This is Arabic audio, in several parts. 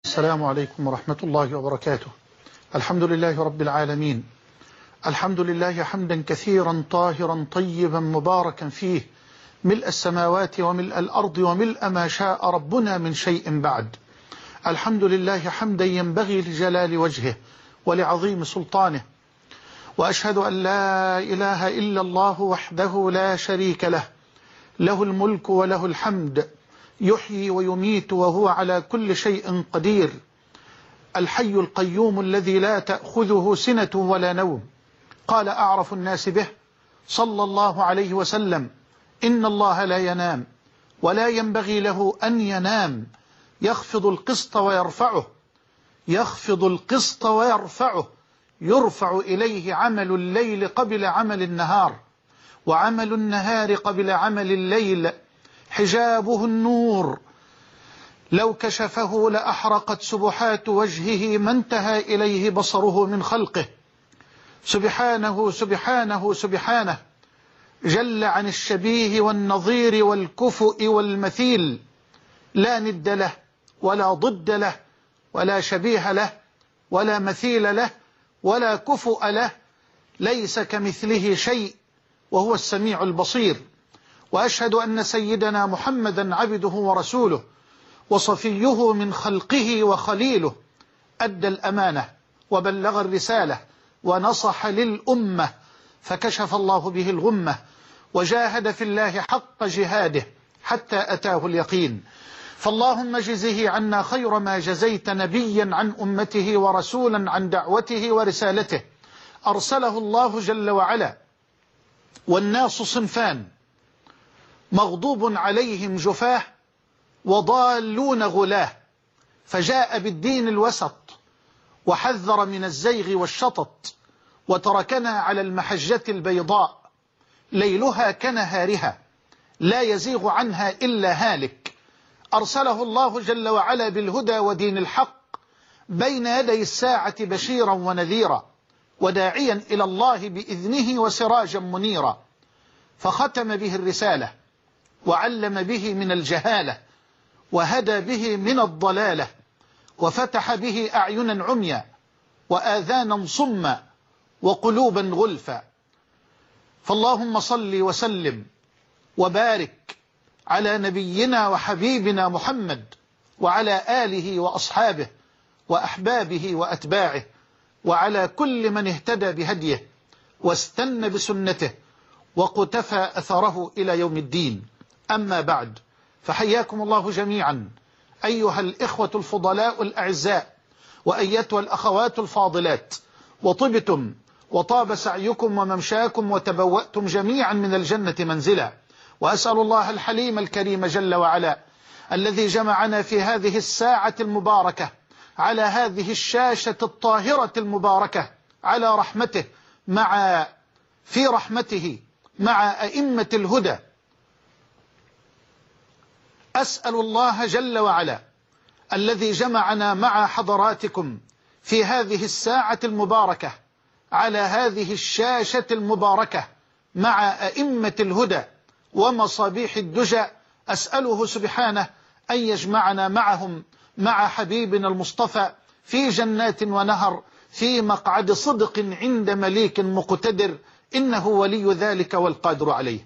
السلام عليكم ورحمة الله وبركاته. الحمد لله رب العالمين، الحمد لله حمدا كثيرا طاهرا طيبا مباركا فيه، ملء السماوات وملء الأرض وملء ما شاء ربنا من شيء بعد. الحمد لله حمدا ينبغي لجلال وجهه ولعظيم سلطانه، وأشهد أن لا إله إلا الله وحده لا شريك له، له الملك وله الحمد، يحيي ويميت وهو على كل شيء قدير، الحي القيوم الذي لا تأخذه سنة ولا نوم. قال أعرف الناس به صلى الله عليه وسلم: إن الله لا ينام ولا ينبغي له أن ينام، يخفض القسط ويرفعه، يخفض القسط ويرفعه، يرفع إليه عمل الليل قبل عمل النهار، وعمل النهار قبل عمل الليل، حجابه النور، لو كشفه لأحرقت سبحات وجهه ما انتهى إليه بصره من خلقه. سبحانه سبحانه سبحانه، جل عن الشبيه والنظير والكفؤ والمثيل، لا ند له ولا ضد له ولا شبيه له ولا مثيل له ولا كفؤ له، ليس كمثله شيء وهو السميع البصير. وأشهد أن سيدنا محمدا عبده ورسوله وصفيه من خلقه وخليله، أدى الأمانة وبلغ الرسالة ونصح للأمة، فكشف الله به الغمة، وجاهد في الله حق جهاده حتى أتاه اليقين. فاللهم اجزه عنا خير ما جزيت نبيا عن أمته ورسولا عن دعوته ورسالته. أرسله الله جل وعلا والناس صنفان: مغضوب عليهم جفاه وضالون غلاه، فجاء بالدين الوسط وحذر من الزيغ والشطط، وتركنا على المحجة البيضاء ليلها كنهارها لا يزيغ عنها إلا هالك. أرسله الله جل وعلا بالهدى ودين الحق بين يدي الساعة بشيرا ونذيرا، وداعيا إلى الله بإذنه وسراجا منيرا، فختم به الرسالة وعلم به من الجهالة وهدى به من الضلالة، وفتح به أعينا عميا وآذانا صما وقلوبا غلفا. فاللهم صل وسلم وبارك على نبينا وحبيبنا محمد وعلى آله وأصحابه وأحبابه وأتباعه، وعلى كل من اهتدى بهديه واستنى بسنته وقتفى أثره إلى يوم الدين. أما بعد، فحياكم الله جميعا أيها الإخوة الفضلاء الأعزاء، وأيتها الأخوات الفاضلات، وطبتم وطاب سعيكم وممشاكم وتبوأتم جميعا من الجنة منزلا. وأسأل الله الحليم الكريم جل وعلا الذي جمعنا في هذه الساعة المباركة على هذه الشاشة الطاهرة المباركة على رحمته في رحمته مع أئمة الهدى. أسأل الله جل وعلا الذي جمعنا مع حضراتكم في هذه الساعة المباركة على هذه الشاشة المباركة مع أئمة الهدى ومصابيح الدجى، أسأله سبحانه أن يجمعنا معهم مع حبيبنا المصطفى في جنات ونهر في مقعد صدق عند مليك مقتدر، إنه ولي ذلك والقادر عليه.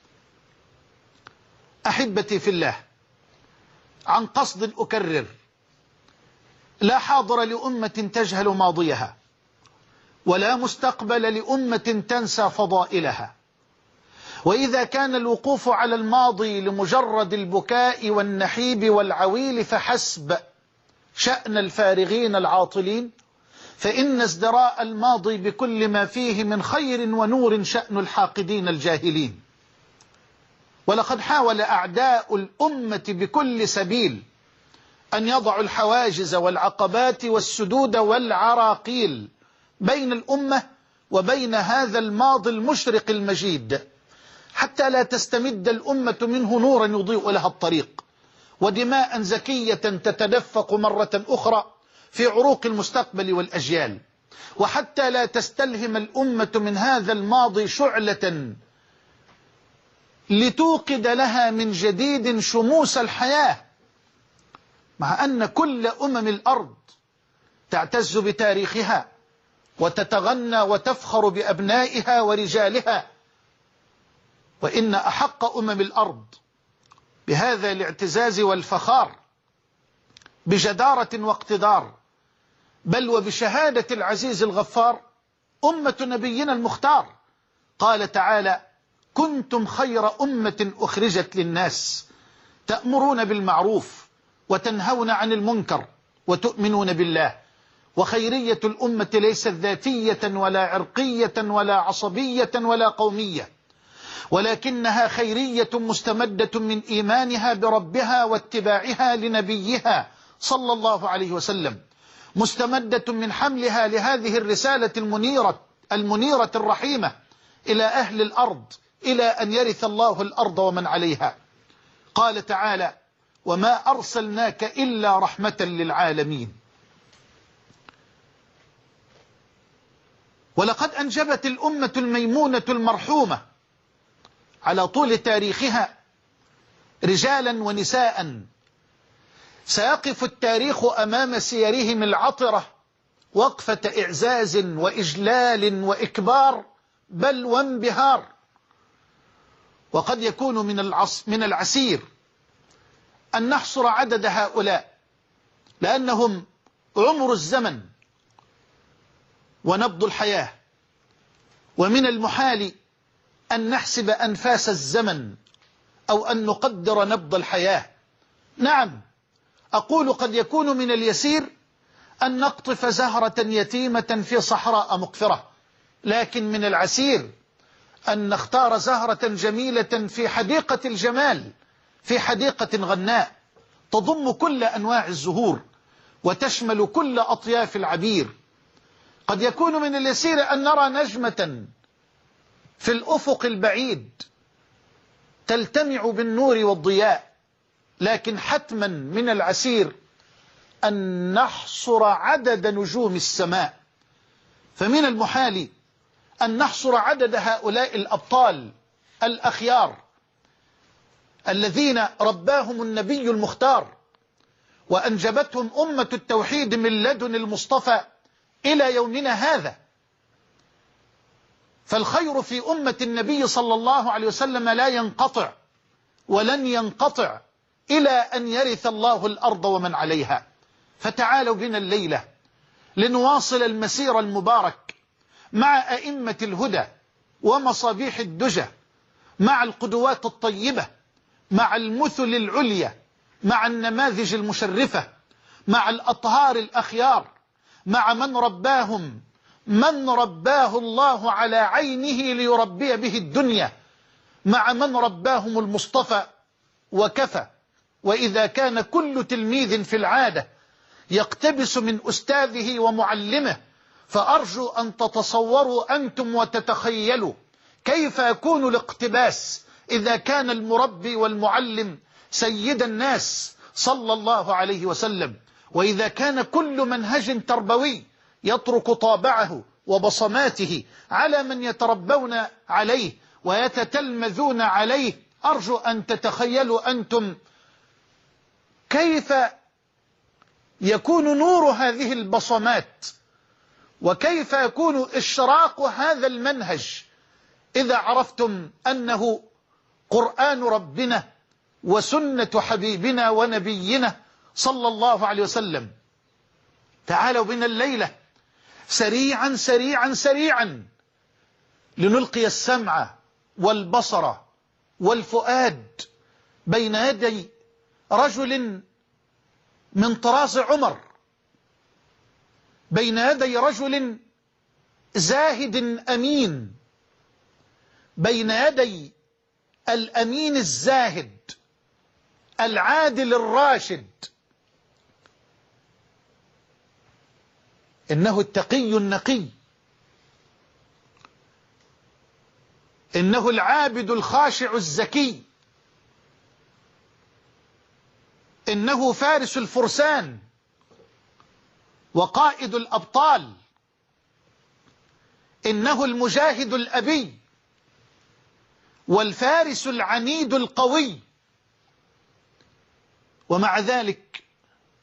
أحبتي في الله، عن قصد أكرر: لا حاضر لأمة تجهل ماضيها، ولا مستقبل لأمة تنسى فضائلها. وإذا كان الوقوف على الماضي لمجرد البكاء والنحيب والعويل فحسب شأن الفارغين العاطلين، فإن ازدراء الماضي بكل ما فيه من خير ونور شأن الحاقدين الجاهلين. ولقد حاول أعداء الأمة بكل سبيل أن يضعوا الحواجز والعقبات والسدود والعراقيل بين الأمة وبين هذا الماضي المشرق المجيد، حتى لا تستمد الأمة منه نورا يضيء لها الطريق، ودماء زكية تتدفق مرة أخرى في عروق المستقبل والأجيال، وحتى لا تستلهم الأمة من هذا الماضي شعلة لتوقد لها من جديد شموس الحياة مع أن كل الأرض تعتز بتاريخها وتتغنى وتفخر بأبنائها ورجالها، وإن أحق الأرض بهذا الاعتزاز والفخار بجدارة واقتدار، بل وبشهادة العزيز الغفار، أمة نبينا المختار. قال تعالى: كنتم خير أمة أخرجت للناس تأمرون بالمعروف وتنهون عن المنكر وتؤمنون بالله. وخيرية الأمة ليست ذاتية ولا عرقية ولا عصبية ولا قومية، ولكنها خيرية مستمدة من إيمانها بربها واتباعها لنبيها صلى الله عليه وسلم، مستمدة من حملها لهذه الرسالة المنيرة الرحيمة إلى أهل الأرض، إلى أن يرث الله الأرض ومن عليها. قال تعالى: وما أرسلناك إلا رحمة للعالمين. ولقد أنجبت الأمة الميمونة المرحومة على طول تاريخها رجالا ونساء سيقف التاريخ أمام سيرهم العطرة وقفة إعزاز وإجلال وإكبار، بل وانبهار. وقد يكون من العسير أن نحصر عدد هؤلاء، لأنهم عمر الزمن ونبض الحياة، ومن المحال أن نحسب أنفاس الزمن أو أن نقدر نبض الحياة. نعم، أقول قد يكون من اليسير أن نقطف زهرة يتيمة في صحراء مقفرة، لكن من العسير أن نختار زهرة جميلة في حديقة الجمال، في حديقة غناء تضم كل أنواع الزهور وتشمل كل أطياف العبير. قد يكون من اليسير أن نرى نجمة في الأفق البعيد تلتمع بالنور والضياء، لكن حتما من العسير أن نحصر عدد نجوم السماء. فمن المحال أن نحصر عدد هؤلاء الأبطال الأخيار الذين رباهم النبي المختار وأنجبتهم أمة التوحيد من لدن المصطفى إلى يومنا هذا. فالخير في أمة النبي صلى الله عليه وسلم لا ينقطع ولن ينقطع إلى أن يرث الله الأرض ومن عليها. فتعالوا بنا الليلة لنواصل المسير المبارك مع أئمة الهدى ومصابيح الدجى، مع القدوات الطيبة، مع المثل العليا، مع النماذج المشرفة، مع الأطهار الأخيار، مع من رباه الله على عينه ليربي به الدنيا، مع من رباهم المصطفى وكفى. وإذا كان كل تلميذ في العادة يقتبس من أستاذه ومعلمه، فأرجو أن تتصوروا أنتم وتتخيلوا كيف يكون الاقتباس إذا كان المربي والمعلم سيد الناس صلى الله عليه وسلم، وإذا كان كل منهج تربوي يترك طابعه وبصماته على من يتربون عليه ويتتلمذون عليه. أرجو أن تتخيلوا أنتم كيف يكون نور هذه البصمات، وكيف يكون إشراق هذا المنهج إذا عرفتم أنه قرآن ربنا وسنة حبيبنا ونبينا صلى الله عليه وسلم. تعالوا بنا الليلة سريعا سريعا سريعا لنلقي السمع والبصر والفؤاد بين يدي رجل من طراز عمر، بين يدي رجل زاهد أمين، بين يدي الأمين الزاهد العادل الراشد. إنه التقي النقي، إنه العابد الخاشع الزكي، إنه فارس الفرسان وقائد الأبطال، إنه المجاهد الأبي والفارس العنيد القوي. ومع ذلك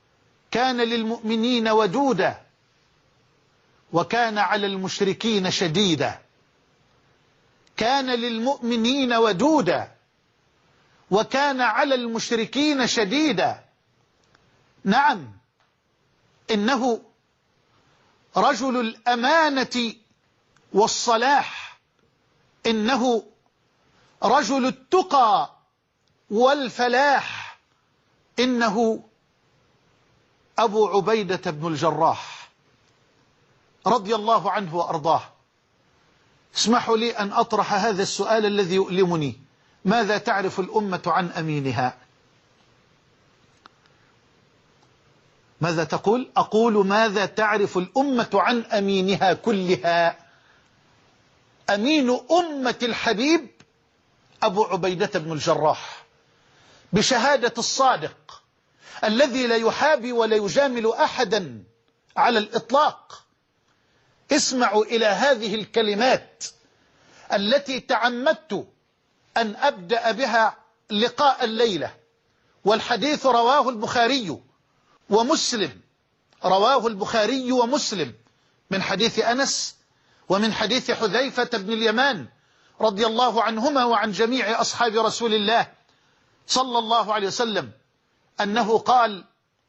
كان للمؤمنين ودودا وكان على المشركين شديدا. كان للمؤمنين ودودا وكان على المشركين شديدا. نعم، إنه رجل الأمانة والصلاح، إنه رجل التقى والفلاح، إنه أبو عبيدة بن الجراح رضي الله عنه وأرضاه. اسمحوا لي أن أطرح هذا السؤال الذي يؤلمني: ماذا تعرف الأمة عن أمينها؟ ماذا تقول؟ أقول: ماذا تعرف الأمة عن أمينها كلها؟ أمين أمة الحبيب أبو عبيدة بن الجراح، بشهادة الصادق الذي لا يحابي ولا يجامل أحدا على الإطلاق. اسمعوا إلى هذه الكلمات التي تعمدت أن أبدأ بها لقاء الليلة، والحديث رواه البخاري ومسلم، رواه البخاري ومسلم من حديث أنس ومن حديث حذيفة بن اليمان رضي الله عنهما وعن جميع أصحاب رسول الله صلى الله عليه وسلم أنه قال: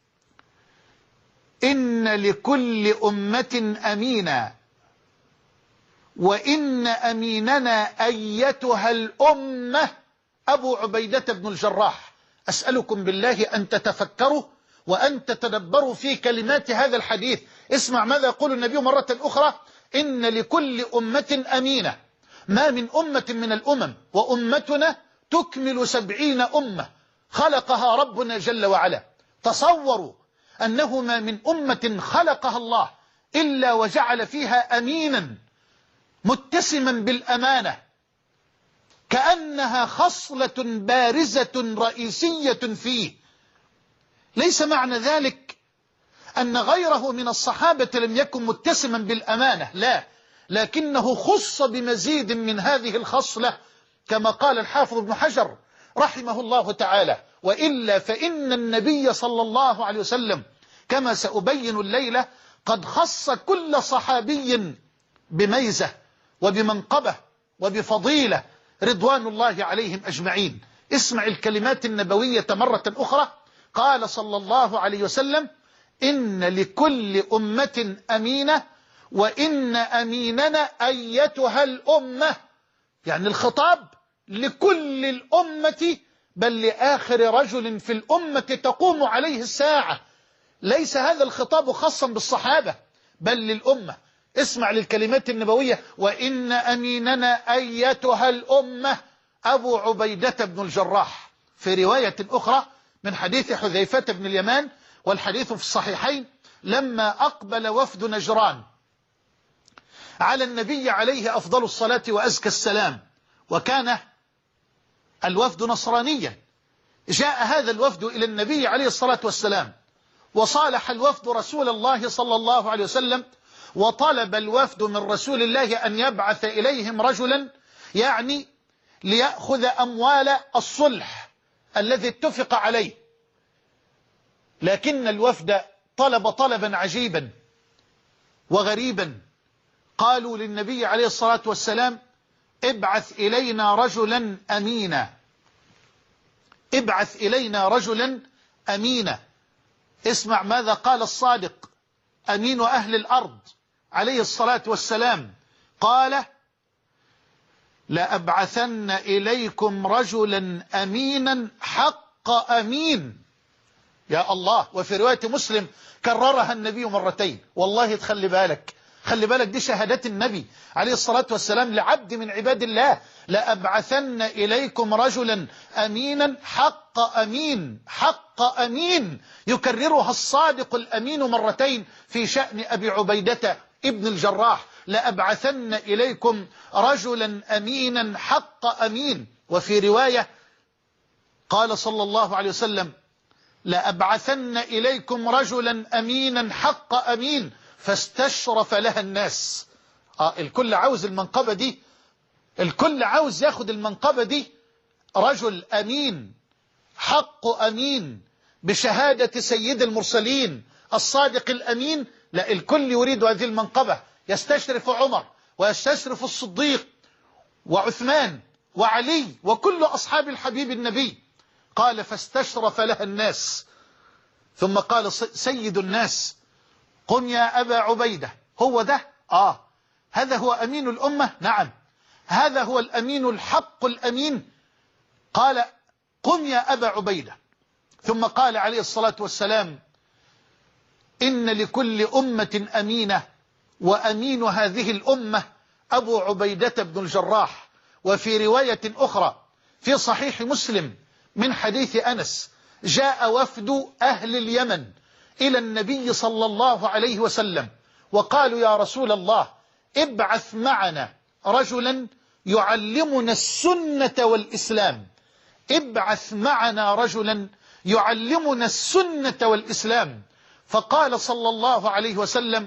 إن لكل أمة أمينا، وإن أميننا أيتها الأمة أبو عبيدة بن الجراح. أسألكم بالله أن تتفكروا وأن تتدبروا في كلمات هذا الحديث. اسمع ماذا يقول النبي مرة أخرى: إن لكل أمة أمينة، ما من أمة من الأمم وأمتنا تكمل 70 أمة خلقها ربنا جل وعلا. تصوروا أنه ما من أمة خلقها الله إلا وجعل فيها أمينا متسما بالأمانة، كأنها خصلة بارزة رئيسية فيه. ليس معنى ذلك أن غيره من الصحابة لم يكن متسما بالأمانة، لا، لكنه خص بمزيد من هذه الخصلة كما قال الحافظ ابن حجر رحمه الله تعالى: وإلا فإن النبي صلى الله عليه وسلم كما سأبين الليلة قد خص كل صحابي بميزة وبمنقبة وبفضيلة رضوان الله عليهم أجمعين. اسمع الكلمات النبوية مرة أخرى. قال صلى الله عليه وسلم: إن لكل أمة أمينة، وإن أميننا أيتها الأمة. يعني الخطاب لكل الأمة، بل لآخر رجل في الأمة تقوم عليه الساعة. ليس هذا الخطاب خاصا بالصحابة بل للأمة. اسمع للكلمات النبوية: وإن أميننا أيتها الأمة أبو عبيدة بن الجراح. في رواية أخرى من حديث حذيفة بن اليمان، والحديث في الصحيحين، لما أقبل وفد نجران على النبي عليه أفضل الصلاة وأزكى السلام، وكان الوفد نصرانيا، جاء هذا الوفد إلى النبي عليه الصلاة والسلام، وصالح الوفد رسول الله صلى الله عليه وسلم، وطلب الوفد من رسول الله أن يبعث إليهم رجلا يعني ليأخذ أموال الصلح الذي اتفق عليه. لكن الوفد طلب طلبا عجيبا وغريبا. قالوا للنبي عليه الصلاة والسلام: ابعث إلينا رجلا أمينا، ابعث إلينا رجلا أمينا. اسمع ماذا قال الصادق أمين أهل الأرض عليه الصلاة والسلام. قال: لأبعثن إليكم رجلا أمينا حق أمين. يا الله. وفي رواية مسلم كررها النبي مرتين. والله تخلي بالك، خلي بالك، دي شهادات النبي عليه الصلاة والسلام لعبد من عباد الله: لأبعثن إليكم رجلا أمينا حق أمين، حق أمين. يكررها الصادق الأمين مرتين في شأن أبي عبيدة ابن الجراح: لأبعثن إليكم رجلا أمينا حق أمين. وفي رواية قال صلى الله عليه وسلم: لأبعثن إليكم رجلا أمينا حق أمين. فاستشرف لها الناس. الكل عاوز المنقبة دي، الكل عاوز ياخد المنقبة دي. رجل أمين حق أمين بشهادة سيد المرسلين الصادق الأمين، لا، الكل يريد هذه المنقبة، يستشرف عمر ويستشرف الصديق وعثمان وعلي وكل أصحاب الحبيب النبي. قال فاستشرف لها الناس، ثم قال سيد الناس قم يا أبا عبيدة. هو ده؟ هذا هو أمين الأمة؟ نعم، هذا هو الأمين الحق الأمين. قال قم يا أبا عبيدة. ثم قال عليه الصلاة والسلام إن لكل أمة أمينة، وأمين هذه الأمة أبو عبيدة بن الجراح. وفي رواية أخرى في صحيح مسلم من حديث أنس جاء وفد أهل اليمن إلى النبي صلى الله عليه وسلم وقالوا يا رسول الله ابعث معنا رجلا يعلمنا السنة والإسلام، ابعث معنا رجلا يعلمنا السنة والإسلام. فقال صلى الله عليه وسلم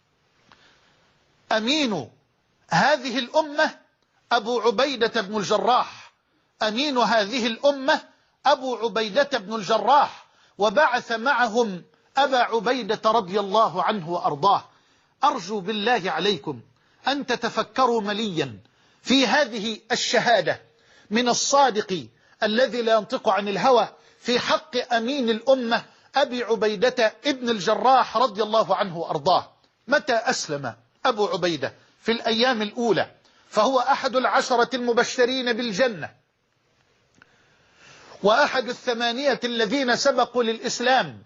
أمين هذه الأمة أبو عبيدة بن الجراح، أمين هذه الأمة أبو عبيدة بن الجراح. وبعث معهم أبا عبيدة رضي الله عنه وأرضاه. أرجو بالله عليكم أن تتفكروا مليا في هذه الشهادة من الصادق الذي لا ينطق عن الهوى في حق أمين الأمة أبي عبيدة ابن الجراح رضي الله عنه وأرضاه. متى أسلم أبو عبيدة؟ في الأيام الأولى، فهو أحد العشرة المبشرين بالجنة، وأحد الثمانية الذين سبقوا للإسلام،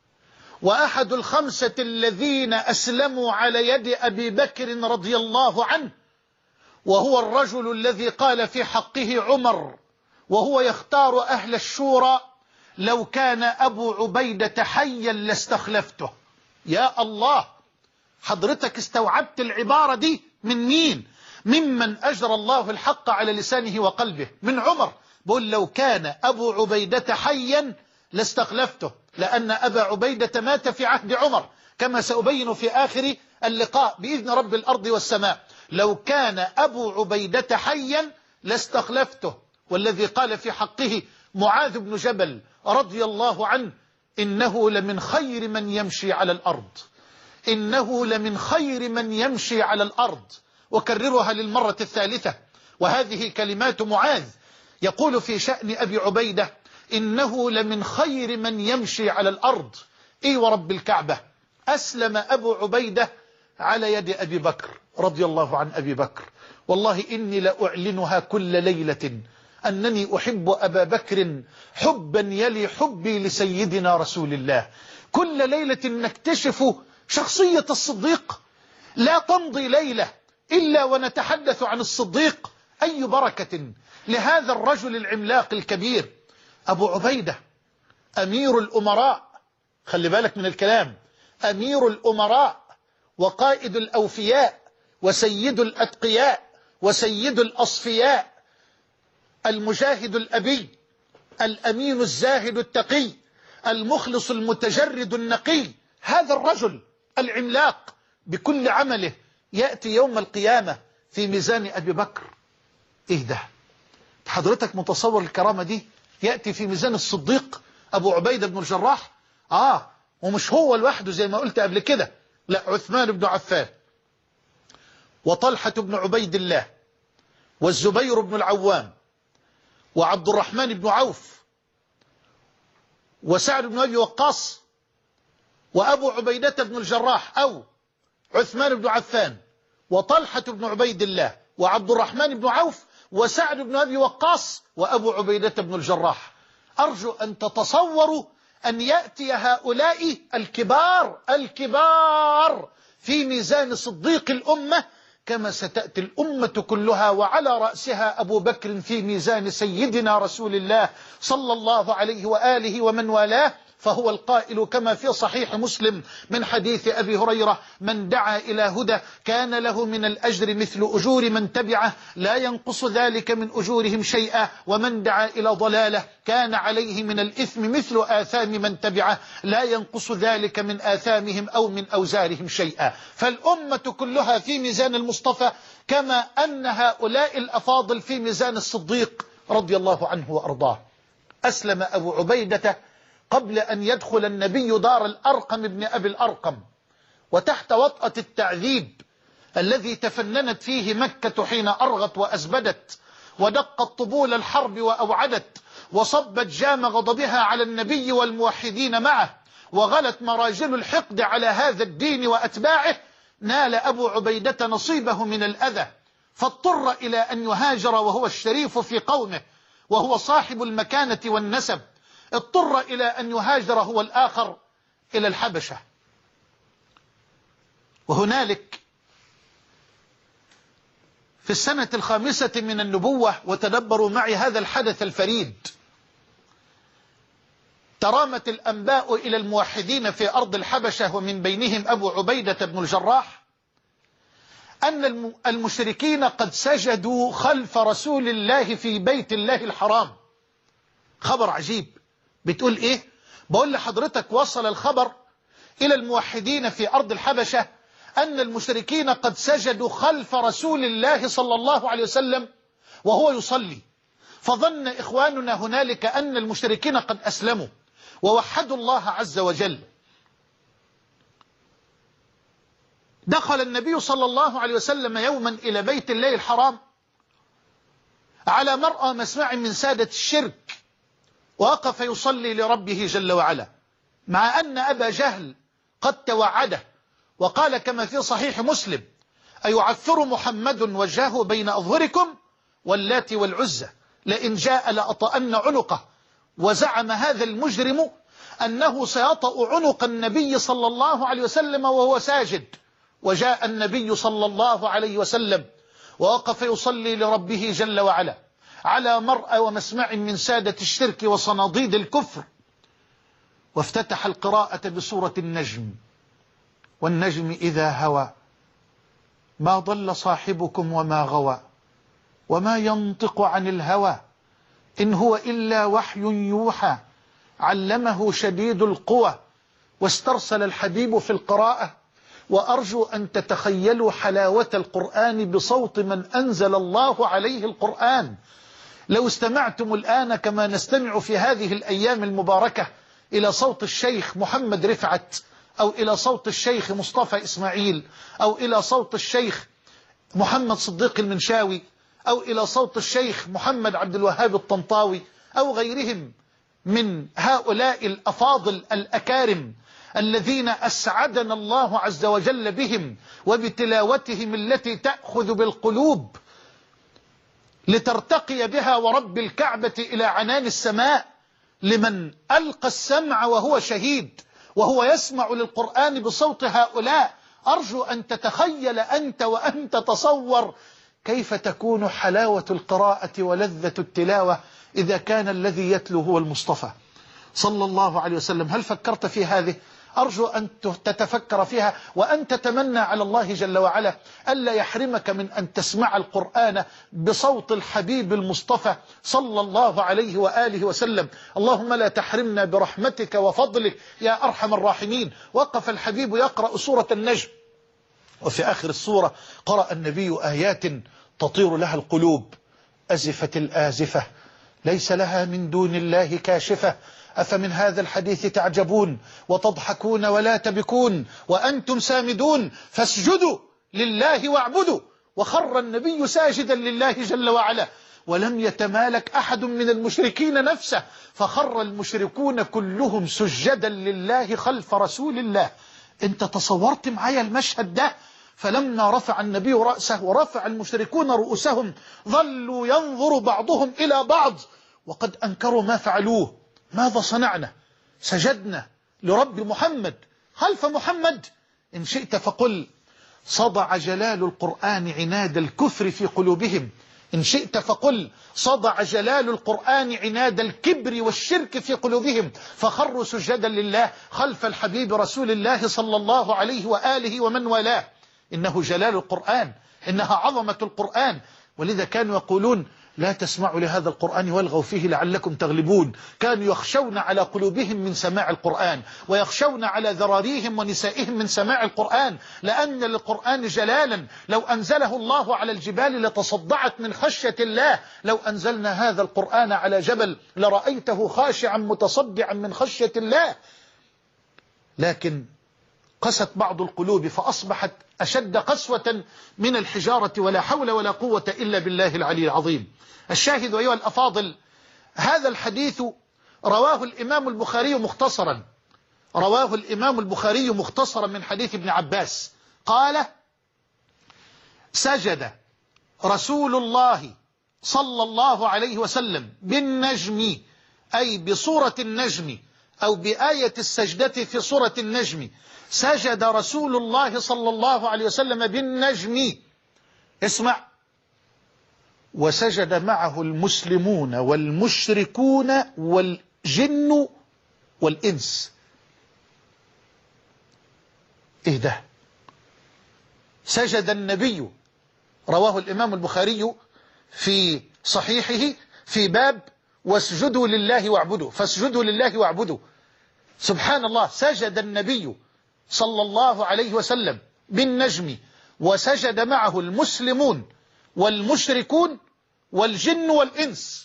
وأحد الخمسة الذين أسلموا على يد أبي بكر رضي الله عنه، وهو الرجل الذي قال في حقه عمر وهو يختار أهل الشورى لو كان أبو عبيدة حيا لاستخلفته. يا الله، حضرتك استوعبت العبارة دي من مين؟ ممن أجرى الله الحق على لسانه وقلبه، من عمر. بقول لو كان أبو عبيدة حيا لاستخلفته، لأن أبا عبيدة مات في عهد عمر كما سأبين في آخر اللقاء بإذن رب الأرض والسماء. لو كان أبو عبيدة حيا لاستخلفته. والذي قال في حقه معاذ بن جبل رضي الله عنه إنه لمن خير من يمشي على الأرض، إنه لمن خير من يمشي على الأرض. وكررها للمرة الثالثة، وهذه كلمات معاذ يقول في شأن أبي عبيدة إنه لمن خير من يمشي على الأرض. إي ورب الكعبة، أسلم أبو عبيدة على يد أبي بكر رضي الله عن أبي بكر. والله إني لأعلنها كل ليلة أنني أحب أبا بكر حبا يلي حبي لسيدنا رسول الله. كل ليلة نكتشف شخصية الصديق، لا تمضي ليلة إلا ونتحدث عن الصديق. أي بركة لهذا الرجل العملاق الكبير أبو عبيدة، أمير الأمراء. خلي بالك من الكلام، أمير الأمراء وقائد الأوفياء وسيد الأتقياء وسيد الأصفياء، المجاهد الأبي، الأمين الزاهد التقي، المخلص المتجرد النقي. هذا الرجل العملاق بكل عمله يأتي يوم القيامة في ميزان أبي بكر. إيه ده؟ حضرتك متصور الكرامة دي؟ يأتي في ميزان الصديق أبو عبيدة بن الجراح. ومش هو لوحده زي ما قلت قبل كده، لا، عثمان بن عفان وطلحة بن عبيد الله والزبير بن العوام وعبد الرحمن بن عوف وسعد بن أبي وقاص وأبو عبيدة بن الجراح، أو عثمان بن عفان وطلحة بن عبيد الله وعبد الرحمن بن عوف وسعد بن أبي وقاص وأبو عبيدة بن الجراح. أرجو أن تتصوروا أن يأتي هؤلاء الكبار في ميزان صديق الأمة كما ستأتي الأمة كلها، وعلى رأسها أبو بكر في ميزان سيدنا رسول الله صلى الله عليه وآله ومن والاه. فهو القائل كما في صحيح مسلم من حديث أبي هريرة من دعا إلى هدى كان له من الأجر مثل أجور من تبعه لا ينقص ذلك من أجورهم شيئا، ومن دعا إلى ضلالة كان عليه من الإثم مثل آثام من تبعه لا ينقص ذلك من آثامهم أو من أوزارهم شيئا. فالأمة كلها في ميزان المصطفى كما أن هؤلاء الأفاضل في ميزان الصديق رضي الله عنه وأرضاه. أسلم أبو عبيدة قبل أن يدخل النبي دار الأرقم ابن أبي الأرقم، وتحت وطأة التعذيب الذي تفننت فيه مكة حين أرغت وأزبدت ودقت طبول الحرب وأوعدت وصبت جام غضبها على النبي والموحدين معه وغلت مراجل الحقد على هذا الدين وأتباعه، نال أبو عبيدة نصيبه من الأذى، فاضطر إلى أن يهاجر وهو الشريف في قومه وهو صاحب المكانة والنسب، اضطر إلى أن يهاجر هو الآخر إلى الحبشة. وهنالك في السنة 5 من النبوة، وتدبروا معي هذا الحدث الفريد، ترامت الأنباء إلى الموحدين في أرض الحبشة ومن بينهم أبو عبيدة بن الجراح أن المشركين قد سجدوا خلف رسول الله في بيت الله الحرام. خبر عجيب. بتقول إيه؟ بقول لحضرتك وصل الخبر إلى الموحدين في أرض الحبشة أن المشركين قد سجدوا خلف رسول الله صلى الله عليه وسلم وهو يصلي، فظن إخواننا هنالك أن المشركين قد أسلموا ووحدوا الله عز وجل. دخل النبي صلى الله عليه وسلم يوما إلى بيت الله الحرام على مرأى مسمع من سادة الشرك، ووقف يصلي لربه جل وعلا، مع أن أبا جهل قد توعده وقال كما في صحيح مسلم: أيعثر محمد وجهه بين أظهركم واللات والعزى لئن جاء لأطأن عنقه. وزعم هذا المجرم أنه سيطأ عنق النبي صلى الله عليه وسلم وهو ساجد. وجاء النبي صلى الله عليه وسلم ووقف يصلي لربه جل وعلا على مرأى ومسمع من سادة الشرك وصناديد الكفر، وافتتح القراءة بسورة النجم: والنجم إذا هوى ما ضل صاحبكم وما غوى وما ينطق عن الهوى إن هو إلا وحي يوحى علمه شديد القوى. واسترسل الحبيب في القراءة، وأرجو أن تتخيلوا حلاوة القرآن بصوت من أنزل الله عليه القرآن. لو استمعتم الآن كما نستمع في هذه الأيام المباركة إلى صوت الشيخ محمد رفعت، أو إلى صوت الشيخ مصطفى إسماعيل، أو إلى صوت الشيخ محمد صديق المنشاوي، أو إلى صوت الشيخ محمد عبد الوهاب الطنطاوي، أو غيرهم من هؤلاء الأفاضل الأكارم الذين أسعدنا الله عز وجل بهم وبتلاوتهم التي تأخذ بالقلوب لترتقي بها ورب الكعبة إلى عنان السماء، لمن ألقى السمع وهو شهيد وهو يسمع للقرآن بصوت هؤلاء. أرجو أن تتخيل أنت وأن تتصور كيف تكون حلاوة القراءة ولذة التلاوة إذا كان الذي يتلو هو المصطفى صلى الله عليه وسلم. هل فكرت في هذه؟ أرجو أن تتفكر فيها، وأن تتمنى على الله جل وعلا ألا يحرمك من أن تسمع القرآن بصوت الحبيب المصطفى صلى الله عليه وآله وسلم. اللهم لا تحرمنا برحمتك وفضلك يا أرحم الراحمين. وقف الحبيب يقرأ سورة النجم، وفي آخر السورة قرأ النبي آيات تطير لها القلوب: أزفت الآزفة ليس لها من دون الله كاشفة أفمن هذا الحديث تعجبون وتضحكون ولا تبكون وأنتم سامدون فاسجدوا لله واعبدوا. وخر النبي ساجدا لله جل وعلا، ولم يتمالك أحد من المشركين نفسه، فخر المشركون كلهم سجدا لله خلف رسول الله. انت تصورت معايا المشهد ده؟ فلما رفع النبي رأسه ورفع المشركون رؤوسهم ظلوا ينظر بعضهم إلى بعض وقد أنكروا ما فعلوه. ماذا صنعنا؟ سجدنا لرب محمد خلف محمد. إن شئت فقل صدع جلال القرآن عناد الكفر في قلوبهم، إن شئت فقل صدع جلال القرآن عناد الكبر والشرك في قلوبهم، فخروا سجدا لله خلف الحبيب رسول الله صلى الله عليه وآله ومن والاه. إنه جلال القرآن، إنها عظمة القرآن. ولذا كانوا يقولون لا تسمعوا لهذا القرآن والغوا فيه لعلكم تغلبون. كانوا يخشون على قلوبهم من سماع القرآن، ويخشون على ذراريهم ونسائهم من سماع القرآن، لأن للقرآن جلالا لو أنزله الله على الجبال لتصدعت من خشية الله. لو أنزلنا هذا القرآن على جبل لرأيته خاشعا متصدعا من خشية الله. لكن قست بعض القلوب فأصبحت أشد قسوة من الحجارة، ولا حول ولا قوة إلا بالله العلي العظيم. الشاهد أيها الأفاضل، هذا الحديث رواه الإمام البخاري مختصرا، رواه الإمام البخاري مختصرا من حديث ابن عباس قال: سجد رسول الله صلى الله عليه وسلم بالنجم، أي بصورة النجم أو بآية السجدة في صورة النجم. سجد رسول الله صلى الله عليه وسلم بالنجم، اسمع، وسجد معه المسلمون والمشركون والجن والإنس. إيه ده؟ سجد النبي، رواه الإمام البخاري في صحيحه في باب واسجدوا لله واعبدوا، فاسجدوا لله واعبدوا. سبحان الله، سجد النبي صلى الله عليه وسلم بالنجم وسجد معه المسلمون والمشركون والجن والإنس.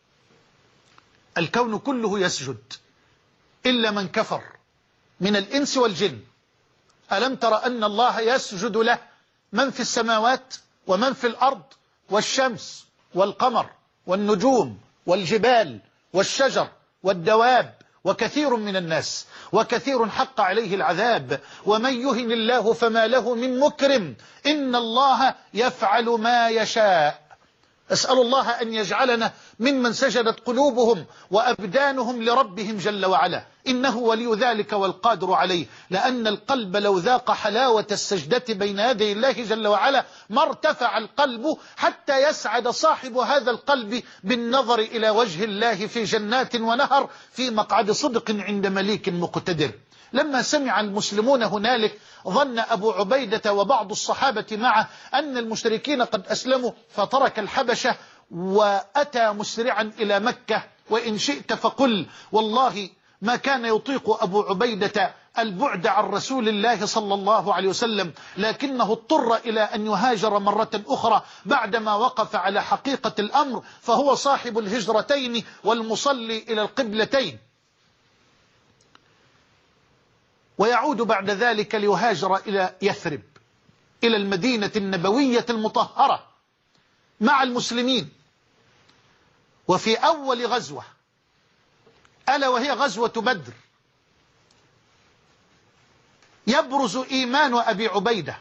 الكون كله يسجد إلا من كفر من الإنس والجن. ألم تر أن الله يسجد له من في السماوات ومن في الأرض، والشمس والقمر والنجوم والجبال والشجر والدواب وكثير من الناس، وكثير حق عليه العذاب. ومن يهن الله فما له من مكرم، إن الله يفعل ما يشاء. أسأل الله أن يجعلنا ممن سجدت قلوبهم وأبدانهم لربهم جل وعلا، إنه ولي ذلك والقادر عليه. لأن القلب لو ذاق حلاوة السجدة بين يدي الله جل وعلا ما ارتفع القلب حتى يسعد صاحب هذا القلب بالنظر إلى وجه الله في جنات ونهر في مقعد صدق عند مليك مقتدر. لما سمع المسلمون هنالك ظن أبو عبيدة وبعض الصحابة معه أن المشركين قد أسلموا، فترك الحبشة وأتى مسرعا إلى مكة. وإن شئت فقل والله ما كان يطيق أبو عبيدة البعد عن رسول الله صلى الله عليه وسلم، لكنه اضطر إلى أن يهاجر مرة أخرى بعدما وقف على حقيقة الأمر، فهو صاحب الهجرتين والمصلي إلى القبلتين. ويعود بعد ذلك ليهاجر إلى يثرب، إلى المدينة النبوية المطهرة مع المسلمين. وفي أول غزوة، ألا وهي غزوة بدر، يبرز إيمان أبي عبيدة،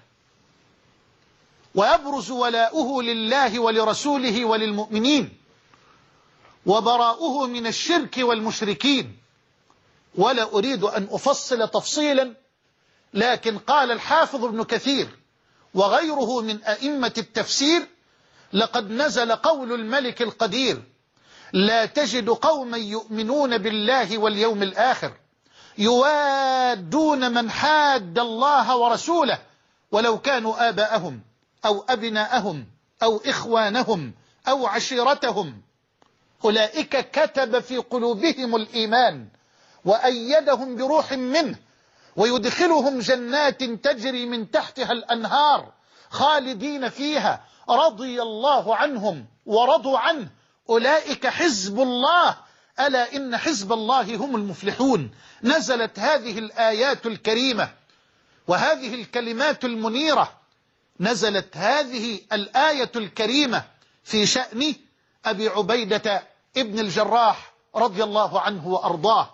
ويبرز ولاؤه لله ولرسوله وللمؤمنين، وبراؤه من الشرك والمشركين. ولا أريد أن أفصل تفصيلا، لكن قال الحافظ ابن كثير وغيره من أئمة التفسير: لقد نزل قول الملك القدير: لا تجد قوما يؤمنون بالله واليوم الآخر يوادون من حاد الله ورسوله ولو كانوا آباءهم أو أبناءهم أو إخوانهم أو عشيرتهم، أولئك كتب في قلوبهم الإيمان وأيدهم بروح منه ويدخلهم جنات تجري من تحتها الأنهار خالدين فيها رضي الله عنهم ورضوا عنه أولئك حزب الله ألا إن حزب الله هم المفلحون. نزلت هذه الآيات الكريمة وهذه الكلمات المنيرة، نزلت هذه الآية الكريمة في شأن أبي عبيدة ابن الجراح رضي الله عنه وأرضاه.